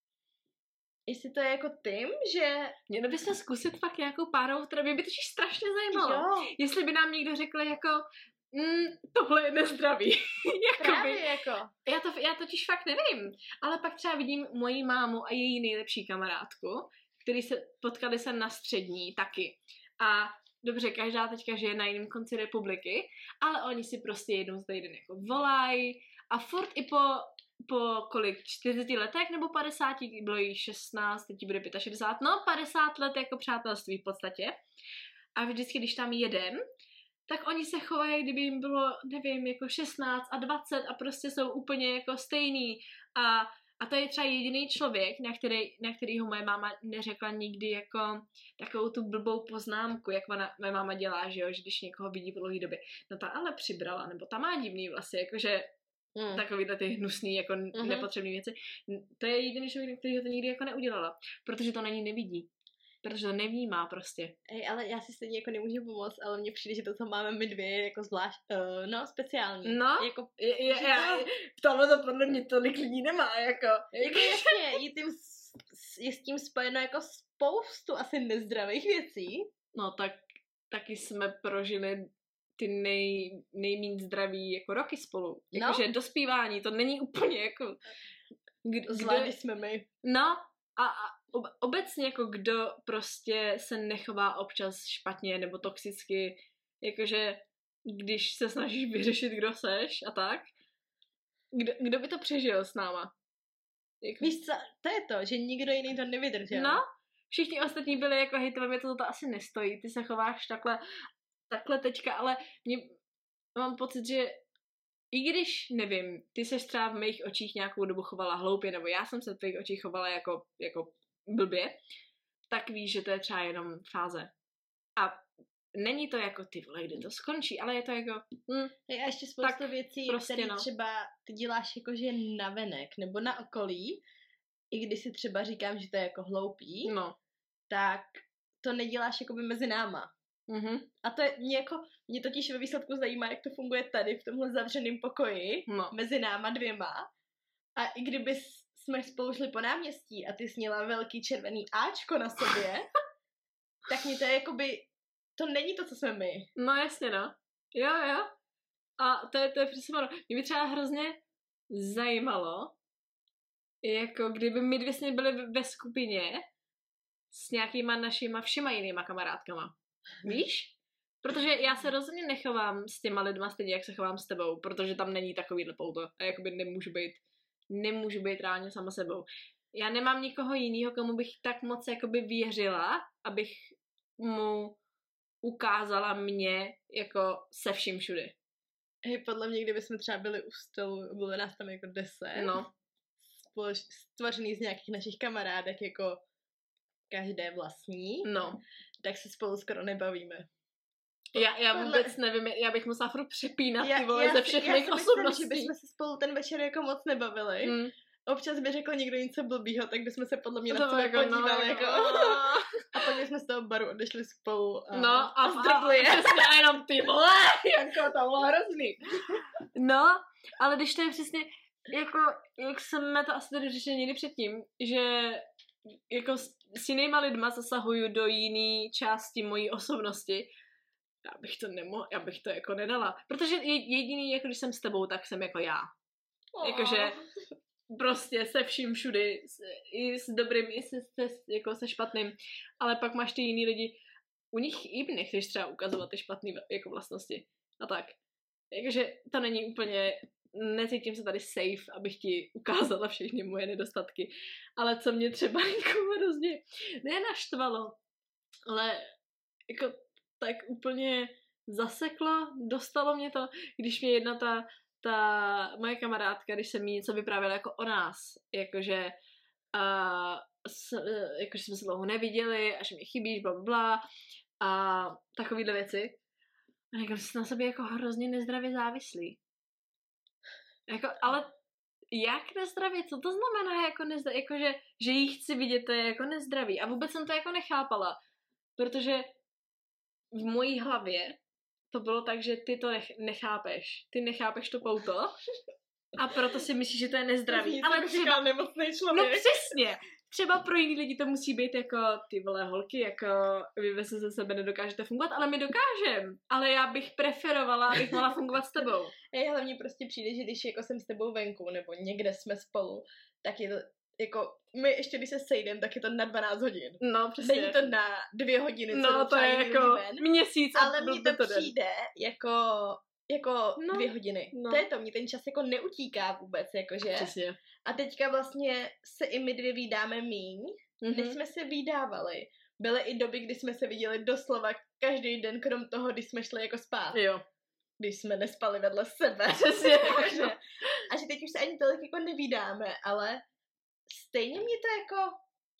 B: Jestli to je jako tím, že...
A: Měli bychom zkusit fakt nějakou párovou, která by totiž strašně zajímalo.
B: Jo.
A: Jestli by nám někdo řekl jako, tohle je nezdravý.
B: Právě jako.
A: Já totiž fakt nevím. Ale pak třeba vidím moji mámu a její nejlepší kamarádku, který se potkali se na střední taky. A dobře, každá teďka žije na jiném konci republiky, ale oni si prostě jednou za týden jako volají a furt i po kolik, 40 letech nebo 50, bylo jí 16, teď bude 65, 50 let jako přátelství v podstatě. A vždycky, když tam jedem, tak oni se chovají, kdyby jim bylo, nevím, jako 16 a 20 a prostě jsou úplně jako stejný. A to je třeba jediný člověk, na kterýho moje máma neřekla nikdy jako takovou tu blbou poznámku, jak moje máma dělá, že jo, že když někoho vidí po dlouhé době, no ta ale přibrala, nebo ta má divný vlasy, jakože takovýhle ty hnusný, jako nepotřebný věci. To je jediný člověk, který to nikdy jako neudělala, protože to na ní nevidí. Protože to nevnímá prostě.
B: Ale já si stejně jako nemůžu pomoct, ale mně přijde, že to, co máme my dvě, je jako zvlášť, speciální.
A: No,
B: jako,
A: tohle to podle mě tolik lidí nemá, jako
B: jasně, je s tím spojeno jako spoustu asi nezdravých věcí.
A: No tak taky jsme prožili ty nejméně zdraví jako roky spolu. Jakože dospívání, to není úplně jako...
B: Zvládli jsme my.
A: No, a obecně jako kdo prostě se nechová občas špatně nebo toxicky, jakože když se snažíš vyřešit, kdo seš a tak, kdo by to přežil s náma?
B: Jako... Víš co, to je to, že nikdo jiný to nevydržel.
A: No, všichni ostatní byli jako hej, to mě to asi nestojí, ty se chováš takhle teďka, ale mám pocit, že i když, nevím, ty seš třeba v mých očích nějakou dobu chovala hloupě, nebo já jsem se v tvých očích chovala jako blbě, tak víš, že to je třeba jenom fáze. A není to jako ty vole, kdy to skončí, ale je to jako...
B: A ještě spoustu věcí, prostě, které třeba ty děláš jakože navenek, nebo na okolí, i když si třeba říkám, že to je jako hloupý, tak to neděláš jakoby mezi náma. A to je, mě totiž ve výsledku zajímá, jak to funguje tady v tomhle zavřeném pokoji mezi náma dvěma. A i kdyby jsme spolu šli po náměstí a ty jsi měla velký červený áčko na sobě, tak mi to je jakoby, to není to, co jsme my.
A: No jasně, no. Jo. A to je přesně ono. Mě by třeba hrozně zajímalo, jako kdyby my dvě jsme byli ve skupině s nějakýma našima všema jinýma kamarádkama. Víš? Protože já se rozhodně nechovám s těma lidma stejně, jak se chovám s tebou, protože tam není takovýhle pouto a jakoby nemůžu být reálně sama sebou. Já nemám nikoho jiného, komu bych tak moc jakoby věřila, abych mu ukázala mě jako se vším všudy.
B: Hej, podle mě, kdyby jsme třeba byli u stolu, bylo nás tam jako 10. stvořený z nějakých našich kamarádek, jako každé vlastní, tak se spolu skoro nebavíme.
A: Já vůbec nevím, já bych musela furt přepínat ty vole ze všech mých osobností.
B: Že bychom se spolu ten večer jako moc nebavili. Občas by řekl někdo něco blbýho, tak bychom se podle mě na sebe podívali. Jako. A pak jsme z toho baru odešli spolu a zdrbli je.
A: Přesně, a jenom ty vole, jako to bylo hrozný. No, ale když to je přesně, jako, jak jsme to asi tady řešili někdy předtím, že jako s jinýma lidma zasahuju do jiný části mojí osobnosti, já bych to jako nedala. Protože jediný, jako když jsem s tebou, tak jsem jako já. Jakože prostě se vším všudy, i s dobrým, i se špatným, ale pak máš ty jiný lidi, u nich i nechceš třeba ukazovat ty špatné jako vlastnosti a tak. Jakože to není úplně, necítím se tady safe, abych ti ukázala všechny moje nedostatky, ale co mě třeba jako hrozně naštvalo, ale jako tak úplně zaseklo, dostalo mě to, když mě jedna ta moje kamarádka, když jsem jí něco vyprávěla jako o nás, jakože jsme se dlouho neviděli a že mi chybíš, blablabla a takovýhle věci. A jako jsi na sobě jako hrozně nezdravě závislý. Jako, ale jak nezdravě? Co to znamená jako nezdravě? Jako, že jí chci vidět, to je jako nezdravý. A vůbec jsem to jako nechápala, protože v mojí hlavě to bylo tak, že ty to nechápeš. Ty nechápeš to pouto a proto si myslíš, že to je nezdravý.
B: Ale třeba nemocný člověk.
A: No přesně. Třeba pro jiný lidi to musí být jako ty vole holky, jako vy se ze sebe nedokážete fungovat, ale my dokážeme. Ale já bych preferovala, abych mohla fungovat s tebou.
B: Hlavně prostě přijde, že když jako jsem s tebou venku, nebo někde jsme spolu, tak je to jako, my ještě když se sejdem, tak je to na 12 hodin.
A: No, přesně.
B: Není to na 2 hodiny, co
A: no, to je jako měsíc.
B: Ale mně to přijde jako 2 hodiny. No. To je to, mě ten čas jako neutíká vůbec, jakože.
A: Přesně.
B: A teďka vlastně se i my dvě vídáme míň, než jsme se vídávali. Byly i doby, kdy jsme se viděli doslova každý den, krom toho, když jsme šli jako spát.
A: Jo.
B: Když jsme nespali vedle sebe.
A: Přesně.
B: A že teď už se ani tolik jako nevídáme, ale stejně mě to jako...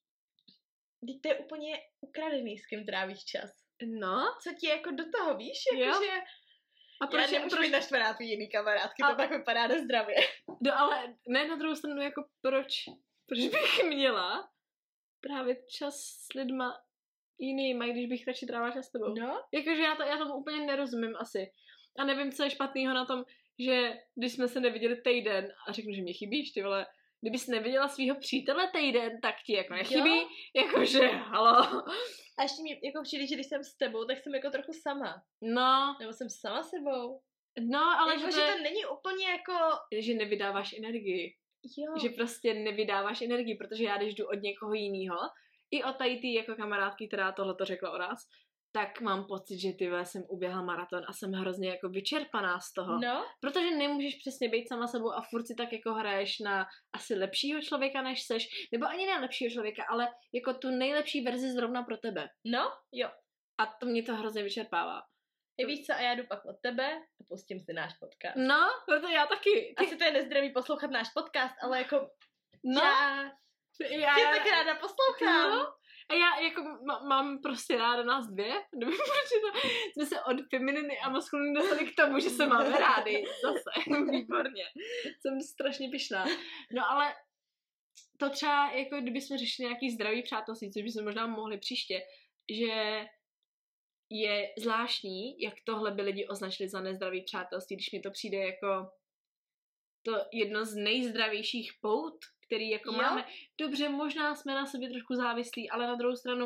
B: Teď to je úplně ukradený, s kým trávíš čas.
A: No.
B: Co ti jako do toho, víš? Jakože...
A: A proč
B: já nemůžu být naštvaná ty jiný kamarádky, to tak vypadá nezdravě.
A: No ale ne na druhou stranu, jako proč bych měla právě čas s lidma jinýma, když bych radši trávila čas s tebou.
B: No.
A: Jakože já tomu úplně nerozumím asi. A nevím, co je špatného na tom, že když jsme se neviděli týden a řeknu, že mě chybíš, ty vole, kdybys neviděla svého přítele týden, tak ti jako nechybí, jakože halo.
B: A ještě mi jako přijde, že když jsem s tebou, tak jsem jako trochu sama.
A: No.
B: Nebo jsem sama sebou.
A: No, ale
B: jako, že to není úplně jako...
A: Že nevydáváš energii.
B: Jo.
A: Že prostě nevydáváš energii, protože já když jdu od někoho jinýho, i od tady ty jako kamarádky, která tohleto řekla o nás, tak mám pocit, že ty jsem uběhla maraton a jsem hrozně jako vyčerpaná z toho.
B: No.
A: Protože nemůžeš přesně být sama sebou a furt si tak jako hraješ na asi lepšího člověka, než seš. Nebo ani ne lepšího člověka, ale jako tu nejlepší verzi zrovna pro tebe.
B: No, jo.
A: A to mě to hrozně vyčerpává.
B: Víš co, a já jdu pak od tebe a pustím si náš podcast.
A: No, protože já taky.
B: Asi to je nezdravý poslouchat náš podcast, ale jako
A: no,
B: já tak ráda poslouchám.
A: No. A já jako mám prostě ráda nás dvě, nevím, proč jsme se od femininy a maskuliny dostali k tomu, že se máme rádi, zase, výborně, jsem strašně pyšná. No ale to třeba, jako kdybychom řešili nějaký zdravý přátelství, což bychom možná mohli příště, že je zvláštní, jak tohle by lidi označili za nezdravý přátelství, když mi to přijde jako to jedno z nejzdravějších pout, který jako máme. Dobře, možná jsme na sobě trošku závislí, ale na druhou stranu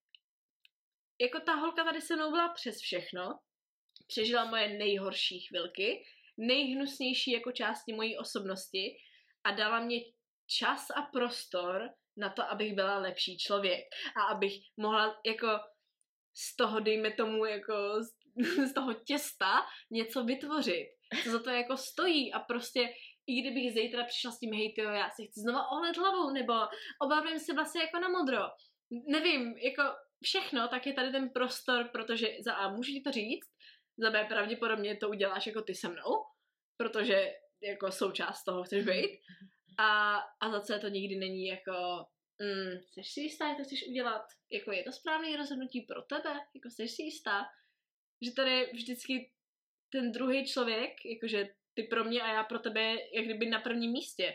A: jako ta holka tady se mnou byla přes všechno, přežila moje nejhorší chvilky, nejhnusnější jako části mojí osobnosti a dala mě čas a prostor na to, abych byla lepší člověk a abych mohla jako z toho, dejme tomu, jako z toho těsta něco vytvořit. Co za to jako stojí a prostě i kdybych zítra přišla s tím, hej, tyjo, já si chci znova ohled hlavou, nebo obávám se vlastně jako na modro. Nevím, jako všechno, tak je tady ten prostor, protože za A můžu ti to říct, za B pravděpodobně to uděláš jako ty se mnou, protože jako součást toho chceš být. A zase to nikdy není jako jsi si jistá, jak to chceš udělat? Jako je to správné rozhodnutí pro tebe? Jako jsi si jistá? Že tady vždycky ten druhý člověk, jakože ty pro mě a já pro tebe, jak kdyby na prvním místě.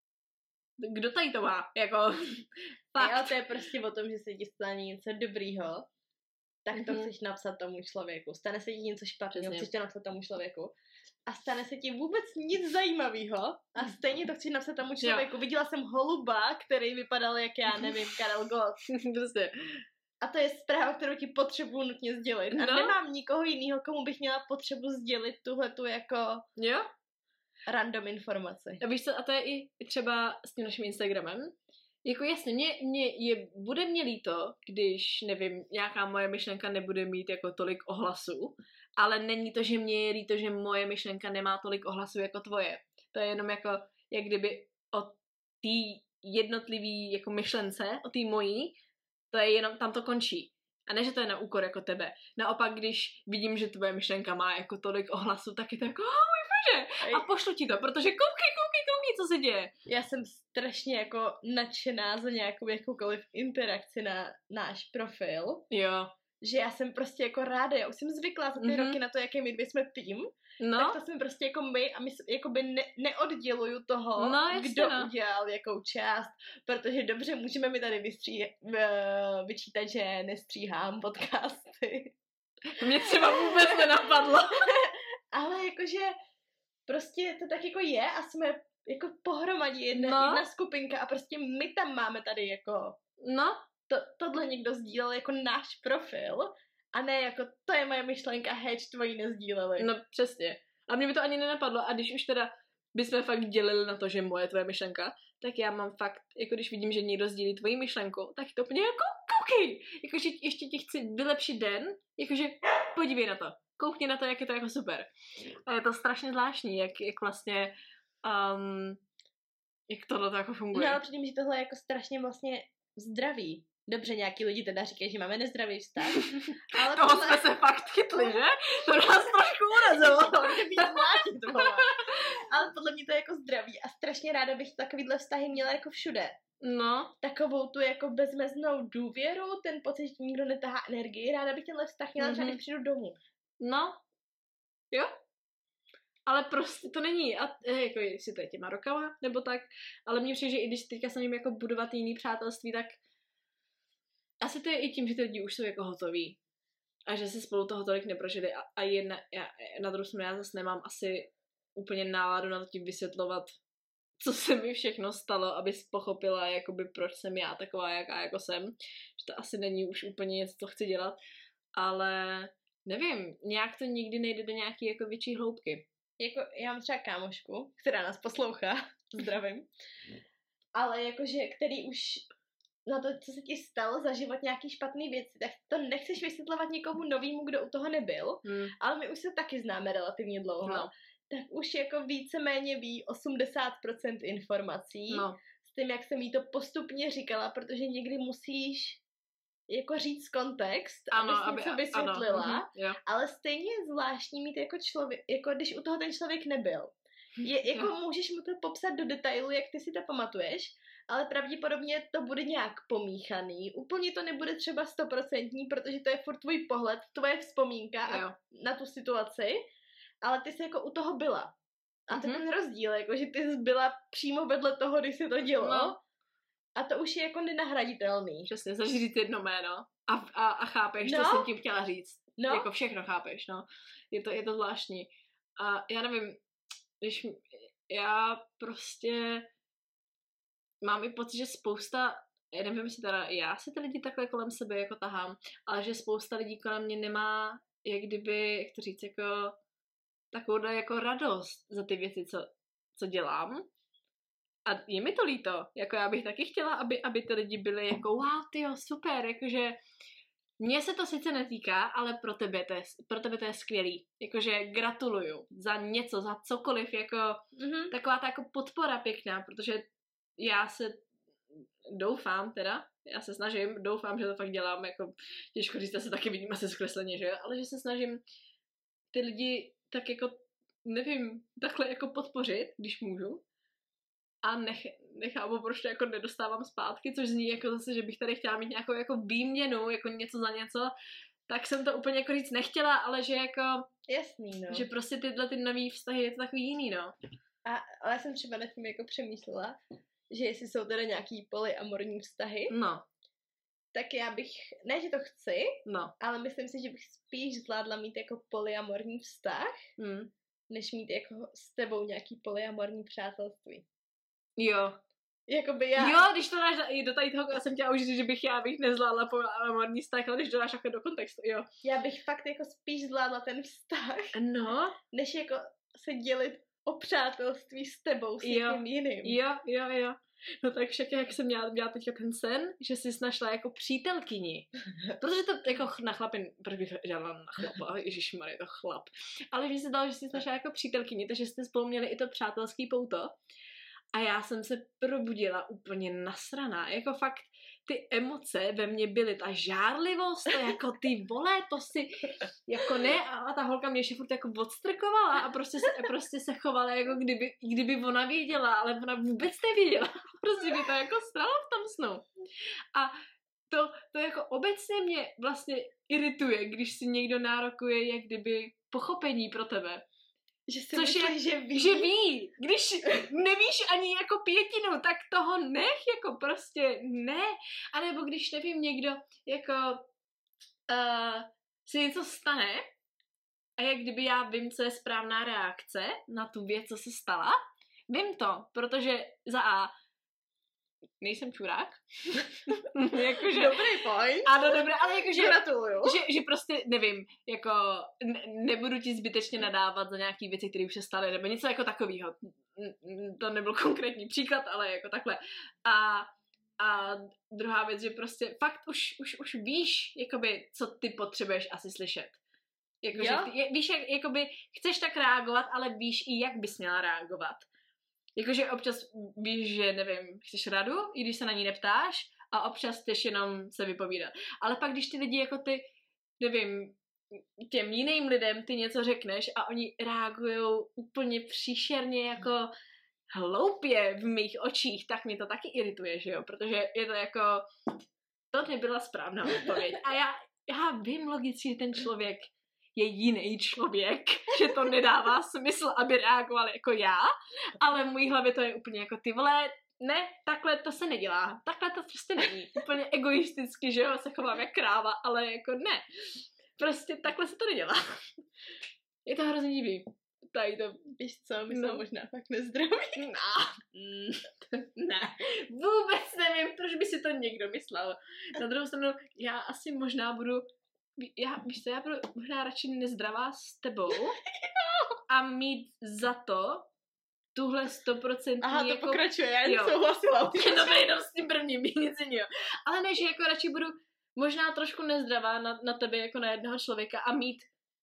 A: Kdo tady to má? Jako,
B: fakt. Ale to je prostě o tom, že se ti stane něco dobrýho, tak to chceš napsat tomu člověku. Stane se ti něco špatného, chceš to napsat tomu člověku. A stane se ti vůbec nic zajímavého a stejně to chceš napsat tomu člověku. Jo. Viděla jsem holuba, který vypadal jak já nevím, Karel Gott.
A: Prostě.
B: A to je zpráva, kterou ti potřebuji nutně sdělit. A nemám nikoho jiného, komu bych měla potřebu sdělit tuhletu jako random informaci.
A: A víš co, a to je i třeba s tím naším Instagramem. Jako jasně, bude mě líto, když, nevím, nějaká moje myšlenka nebude mít jako tolik ohlasů, ale není to, že mě je líto, že moje myšlenka nemá tolik ohlasů jako tvoje. To je jenom jako, jak kdyby o té jednotlivý jako myšlence, o té mojí, to je jenom, tam to končí. A ne, že to je na úkor jako tebe. Naopak, když vidím, že tvoje myšlenka má jako tolik ohlasů, tak je to jako, můj bože, a pošlu ti to, protože koukej, co se děje.
B: Já jsem strašně jako nadšená za nějakou jakoukoliv interakci na náš profil.
A: Jo.
B: Že já jsem prostě jako ráda, já už jsem zvyklá za ty roky na to, jaký my dvě jsme tým, tak to jsme prostě jako my a my jakoby neodděluju toho, kdo udělal jakou část, protože dobře, můžeme mi tady vyčítat, že nestříhám podcasty.
A: Mě třeba vůbec nenapadlo.
B: Ale jakože prostě to tak jako je a jsme jako pohromadě jedna skupinka a prostě my tam máme tady jako tohle někdo sdílel jako náš profil a ne jako to je moje myšlenka, heč, tvoji nezdíleli.
A: No přesně. A mě by to ani nenapadlo a když už teda bychom fakt dělili na to, že moje tvoje myšlenka, tak já mám fakt, jako když vidím, že někdo sdílí tvoji myšlenku, tak to úplně jako koukej, jakože ještě ti chci vylepšit den, jakože podívej na to, koukni na to, jak je to jako super. A je to strašně zvláštní, jak vlastně jak tohle to jako funguje.
B: No ale předtím, že tohle je jako strašně vlastně zdravý. Dobře, nějaký lidi teda říkají, že máme nezdravý vztah. Ale
A: toho jsme se fakt chytli, že? To nás trošku urazilo.
B: Ale podle mě to je jako zdravý a strašně ráda bych takovýhle vztahy měla jako všude.
A: No.
B: Takovou tu jako bezmeznou důvěru, ten pocit, že nikdo netahá energii. Ráda bych tenhle vztah měla třeba, když přijdu domů.
A: No. Jo. Ale prostě to není, a jako jestli to je těma rokama, nebo tak, ale mně přijde, že i když teďka se jim jako budovat jiný přátelství, tak asi to je i tím, že ty lidi už jsou jako hotoví a že si spolu toho tolik neprožili a na druhou stranu já zase nemám asi úplně náladu na to ti vysvětlovat, co se mi všechno stalo, abys pochopila, jakoby proč jsem já taková, jaká jako jsem, že to asi není už úplně něco, co chci dělat, ale nevím, nějak to nikdy nejde do nějaký jako větší hloubky.
B: Jako, já mám třeba kámošku, která nás poslouchá, zdravím, ale jakože, který už na to, co se ti stalo, zažívat nějaký špatný věci, tak to nechceš vysvětlovat někomu novýmu, kdo u toho nebyl, ale my už se taky známe relativně dlouho, tak už jako víceméně ví 80% informací, s tím, jak jsem jí to postupně říkala, protože někdy musíš jako říct kontext, aby něco vysvětlila, ale stejně je zvláštní mít jako člověk, jako když u toho ten člověk nebyl. Jako můžeš mu to popsat do detailu, jak ty si to pamatuješ, ale pravděpodobně to bude nějak pomíchaný. Úplně to nebude třeba 100%, protože to je furt tvůj pohled, tvoje vzpomínka na tu situaci, ale ty jsi jako u toho byla. A to je ten rozdíl, jako že ty jsi byla přímo vedle toho, když se to dělo. A to už je jako nenahraditelný.
A: Přesně, začít říct jedno jméno a chápeš, co jsem tím chtěla říct. Jako všechno chápeš, Je to zvláštní. A já nevím, když já prostě mám i pocit, že spousta, já nevím, jestli teda já si ty lidi takhle kolem sebe jako tahám, ale že spousta lidí kolem mě nemá, jak kdyby, jak to říct, jako takovou jako radost za ty věci, co dělám. A je mi to líto, jako já bych taky chtěla, aby ty lidi byli jako wow, tyjo, super, jakože mně se to sice netýká, ale pro tebe to je skvělý. Jakože gratuluju za něco, za cokoliv, jako taková ta jako podpora pěkná, protože já se doufám, že to fakt dělám, jako těžko říct, se taky vidím asi zkresleně, že jo, ale že se snažím ty lidi tak jako, nevím, takhle jako podpořit, když můžu. a nechápu, proč to jako nedostávám zpátky, což zní jako zase, že bych tady chtěla mít nějakou jako výměnu, jako něco za něco, tak jsem to úplně jako říct nechtěla, ale že jako...
B: Jasný, no.
A: Že prostě tyhle ty nový vztahy je to takový jiný, no.
B: Ale já jsem třeba nad tím jako přemýšlela, že jestli jsou teda nějaký polyamorní vztahy,
A: no,
B: tak já bych, ne, že to chci,
A: no,
B: ale myslím si, že bych spíš zvládla mít jako polyamorní vztah, než mít jako s tebou nějaký polyamorní přátelství.
A: Jo.
B: Jakoby já...
A: Jo, když to dáš do tady toho, já jsem chtěla už říct, že já bych nezvládla polyamorní vztah, ale když to dáš jako do kontextu, jo.
B: Já bych fakt jako spíš zvládla ten vztah,
A: no,
B: než jako se dělit o přátelství s tebou, s někým jiným.
A: Jo. No tak však jak jsem měla teďka ten sen, že jsi našla jako přítelkyni. Protože to jako na chlapin, proč bych žádala na chlapa, ježišmarja, to chlap. Ale že se dalo, že jsi našla jako přítelkyni, takže jste spolu měli i to přátelský pouto. A já jsem se probudila úplně nasraná. Jako fakt ty emoce ve mně byly, ta žárlivost, to jako ty vole, to si jako ne, a ta holka mě ještě furt jako odstrkovala a prostě se chovala jako kdyby ona věděla, ale ona vůbec nevěděla. Prostě mě to jako stalo v tom snu. A to jako obecně mě vlastně irituje, když si někdo nárokuje jak kdyby pochopení pro tebe.
B: Že si myslíš,
A: že ví. Když nevíš ani jako pětinu, tak toho nech, jako prostě ne. A nebo když nevím, někdo jako si něco stane a jak kdyby já vím, co je správná reakce na tu věc, co se stala, vím to, protože za A nejsem čurák.
B: Jakože, dobrý point.
A: Ano, dobré, ale jakože...
B: Gratuluju.
A: Že prostě, nevím, jako nebudu ti zbytečně nadávat za nějaký věci, které už se staly, nebo něco jako takového. To nebyl konkrétní příklad, ale jako takhle. A druhá věc, že prostě fakt už víš, jakoby, co ty potřebuješ asi slyšet. Jakože víš, jak jakoby chceš tak reagovat, ale víš i jak bys měla reagovat. Jakože občas víš, že nevím, chceš radu, i když se na ní neptáš, a občas chceš jenom se vypovídat. Ale pak, když ty lidi jako ty, nevím, těm jiným lidem ty něco řekneš a oni reagujou úplně příšerně jako hloupě v mých očích, tak mě to taky irituje, že jo? Protože je to jako, to nebyla správná odpověď. A já vím logicky, že ten člověk je jiný člověk, že to nedává smysl, aby reagoval jako já, ale v mojí hlavě to je úplně jako ty vole, ne, takhle to se nedělá, takhle to prostě není, úplně egoisticky, že jo, se chovám jak kráva, ale jako ne, prostě takhle se to nedělá. Je to hrozně divný. Tady to,
B: víš co, my jsme možná fakt nezdraví.
A: Ne, vůbec nevím, proč by si to někdo myslel. Na druhou stranu, já asi možná budu víš co, já budu možná radši nezdravá s tebou a mít za to tuhle 100%.
B: Aha, to
A: jako,
B: pokračuje, já jen souhlasila.
A: No jenom s tím prvním, nic jiného. Ale ne, že jako radši budu možná trošku nezdravá na tebe jako na jednoho člověka a mít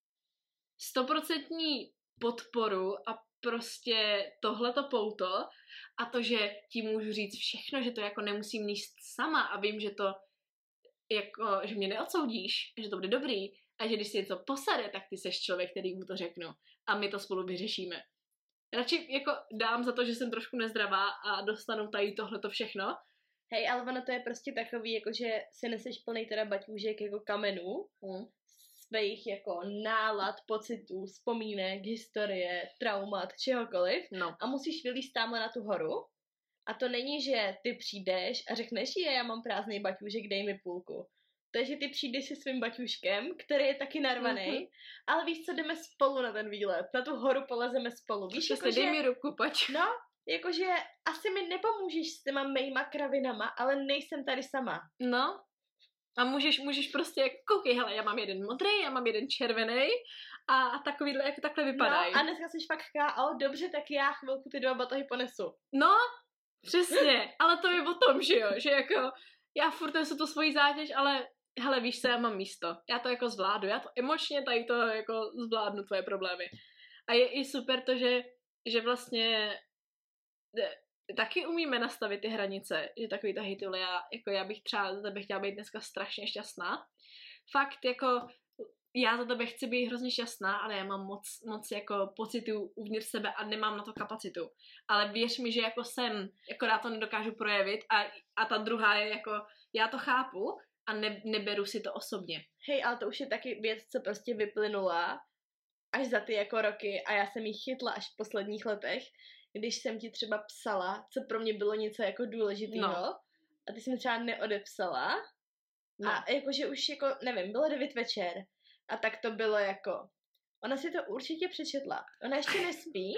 A: 100% podporu a prostě tohleto pouto a to, že ti můžu říct všechno, že to jako nemusím níst sama a vím, že to jako, že mě neodsoudíš, že to bude dobrý a že když si něco posade, tak ty seš člověk, který mu to řeknu a my to spolu vyřešíme. Radši jako dám za to, že jsem trošku nezdravá a dostanu tady tohleto všechno.
B: Hej, ale ono to je prostě takový, jako že si neseš plný teda baťůžek jako kamenů, svých jako nálad, pocitů, vzpomínek, historie, traumat, čehokoliv a musíš vylízt tamhle na tu horu. A to není, že ty přijdeš a řekneš, já mám prázdný baťůžek, dej mi půlku. To je, že ty přijdeš se svým baťůžkem, který je taky narvaný, ale víš co, jdeme spolu na ten výlet. Na tu horu polezeme spolu. Víš,
A: jako, dej mi ruku, pojď.
B: No, jakože asi mi nepomůžeš s těma mýma kravinama, ale nejsem tady sama.
A: No, a můžeš prostě, koukej, hele, já mám jeden modrý, já mám jeden červený a takovýhle, jako takhle vypadají.
B: No, a dneska jsi fakt dobře, tak já chvilku ty 2 batohy ponesu.
A: No, přesně, ale to je o tom, že jo, že jako já furt nesu tu svoji zátěž, ale hele, víš co, já mám místo, já to jako zvládnu, já to emočně tady to jako zvládnu, tvoje problémy. A je i super to, že vlastně taky umíme nastavit ty hranice, že takový ta já bych třeba za tebe chtěla být dneska strašně šťastná. Fakt jako já za tebe chci být hrozně šťastná, ale já mám moc jako pocitů uvnitř sebe a nemám na to kapacitu. Ale věř mi, že jako jsem, akorát to nedokážu projevit a ta druhá je jako, já to chápu a neberu si to osobně.
B: Hej, ale to už je taky věc, co prostě vyplynula až za ty jako roky a já jsem ji chytla až v posledních letech, když jsem ti třeba psala, co pro mě bylo něco jako důležitýho a ty jsi mi třeba neodepsala a jakože už jako, nevím, bylo 9 večer a tak to bylo jako, ona si to určitě přečetla, ona ještě nespí,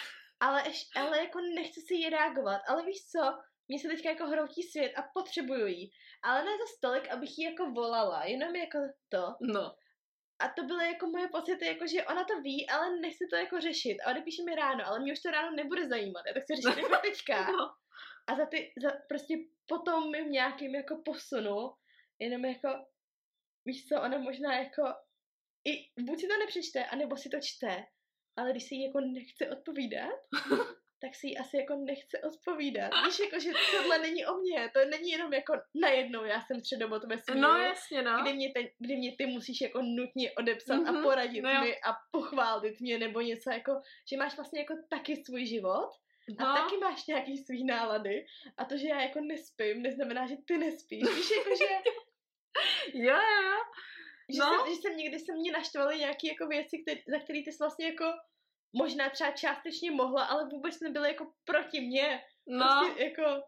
B: ale jako nechce si jí reagovat, ale víš co, mně se teďka jako hroutí svět a potřebuju jí, ale ne za stolik, abych jí jako volala, jenom jako to.
A: No.
B: A to byly jako moje pocity, jako že ona to ví, ale nechce to jako řešit. A odepíše mi ráno, ale mě už to ráno nebude zajímat. Já to chci řešit jako teďka. No. A prostě potom v nějakým jako posunu, jenom jako, víš co, ona možná jako, buď si to nepřečte, anebo si to čte, ale když si jí jako nechce odpovídat, tak si jí asi jako nechce odpovídat. Víš, jako, že tohle není o mně, to není jenom jako najednou, já jsem středobod vesmíru.
A: No jasně, no.
B: Kdy mě ty musíš jako nutně odepsat a poradit mi a pochválit mě, nebo něco jako, že máš vlastně jako taky svůj život a taky máš nějaký svý nálady a to, že já jako nespím, neznamená, že ty nespíš. Víš, jako, že...
A: Jo.
B: Že někdy se mě naštvaly nějaké jako věci, za které ty jsi vlastně jako možná třeba částečně mohla, ale vůbec nebyly jako proti mně.
A: No.
B: Prostě jako...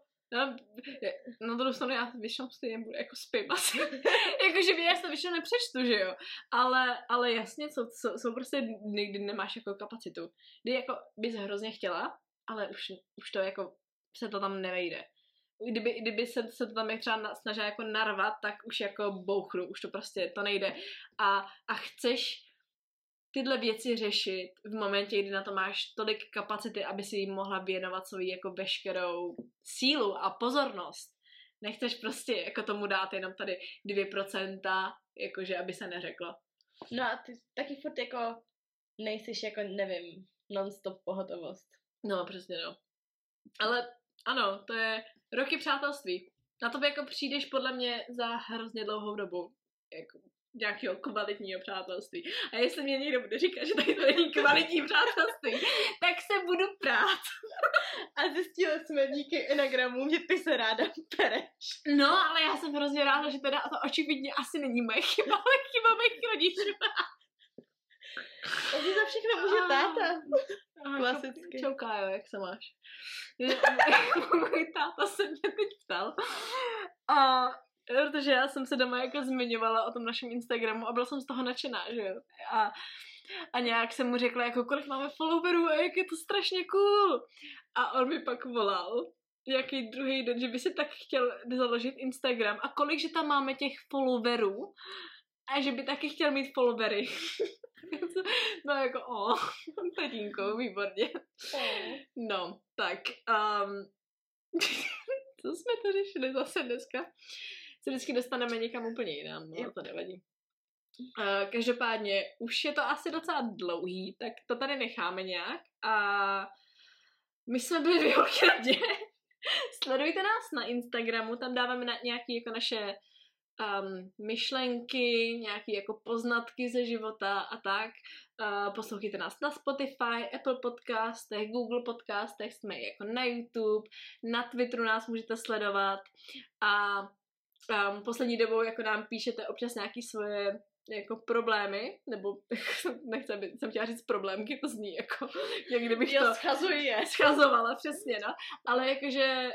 A: No to dostanu, já většinou stejně budu jako spím asi. Jakože já se většinou nepřečtu, že jo. Ale jasně, jsou prostě někdy nemáš jako kapacitu. Kdy jako bys hrozně chtěla, ale už to jako se to tam nevejde. Kdyby se to tam jak třeba snažila jako narvat, tak už jako bouchnu, už to prostě, to nejde. A chceš tyhle věci řešit v momentě, kdy na to máš tolik kapacity, aby si jim mohla věnovat svou jako veškerou sílu a pozornost. Nechceš prostě jako tomu dát jenom tady 2%, jakože aby se neřeklo.
B: No a ty taky furt jako nejsiš jako, nevím, non-stop pohotovost.
A: No, přesně no. Ale ano, to je roky přátelství. Na to jako přijdeš podle mě za hrozně dlouhou dobu. Jako nějakého kvalitního přátelství. A jestli mě někdo bude říkat, že tady to není kvalitní přátelství, tak se budu prát.
B: A zjistili jsme díky Enagramům, že ty se ráda pereš.
A: No, ale já jsem hrozně ráda, že teda to očividně asi není moje chyba, ale chyba mých rodičů.
B: Takže za všechno může táta. Klasicky.
A: Čau Kájo, jak se máš? Můj táta se mě teď ptal. Protože já jsem se doma jako zmiňovala o tom našem Instagramu a byla jsem z toho nadšená, že jo. A nějak jsem mu řekla, jako kolik máme followerů a jak je to strašně cool. A on mi pak volal, jaký druhý den, že by si tak chtěl založit Instagram a kolik, že tam máme těch followerů a že by taky chtěl mít followery. No jako, tatínko, výborně. No, tak, co jsme to řešili zase dneska? Se vždycky dostaneme někam úplně jinam, no to nevadí. Každopádně, už je to asi docela dlouhý, tak to tady necháme nějak a my jsme byli v Jokradě. Sledujte nás na Instagramu, tam dáváme nějaké jako naše myšlenky, nějaké jako poznatky ze života a tak. Poslouchejte nás na Spotify, Apple podcastech, Google podcastech, jsme jako na YouTube, na Twitteru nás můžete sledovat a poslední dobou jako nám píšete občas nějaké svoje jako problémy, nebo jsem chtěla říct problémky, to zní jako, jak kdybych to schazovala, přesně, no. Ale jakože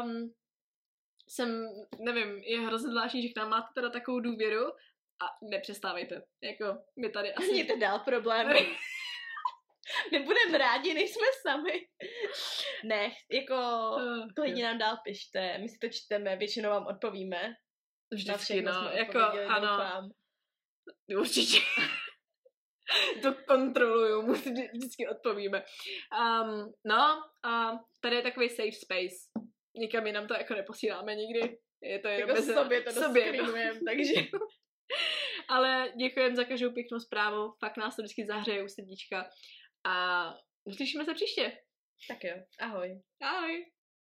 A: nevím, je hrozně zvláštní, že k nám máte teda takovou důvěru a nepřestávejte. Jako, my tady asi...
B: Mějte dál problémy. My budeme rádi, nejsme sami. Ne, jako klidně nám dál pište, my si to čteme, většinou vám odpovíme.
A: Vždycky, no, jako ano. Doufám. Určitě. To kontroluju, vždycky odpovíme. Tady je takový safe space. Nikam jinam to jako neposíláme nikdy. Je to jenom
B: jako sobě to doskrinujeme, takže...
A: Ale děkujem za každou pěknou zprávu, fakt nás to vždycky zahřeje u srdíčka a uslyšíme se příště.
B: Tak jo, ahoj.
A: Ahoj.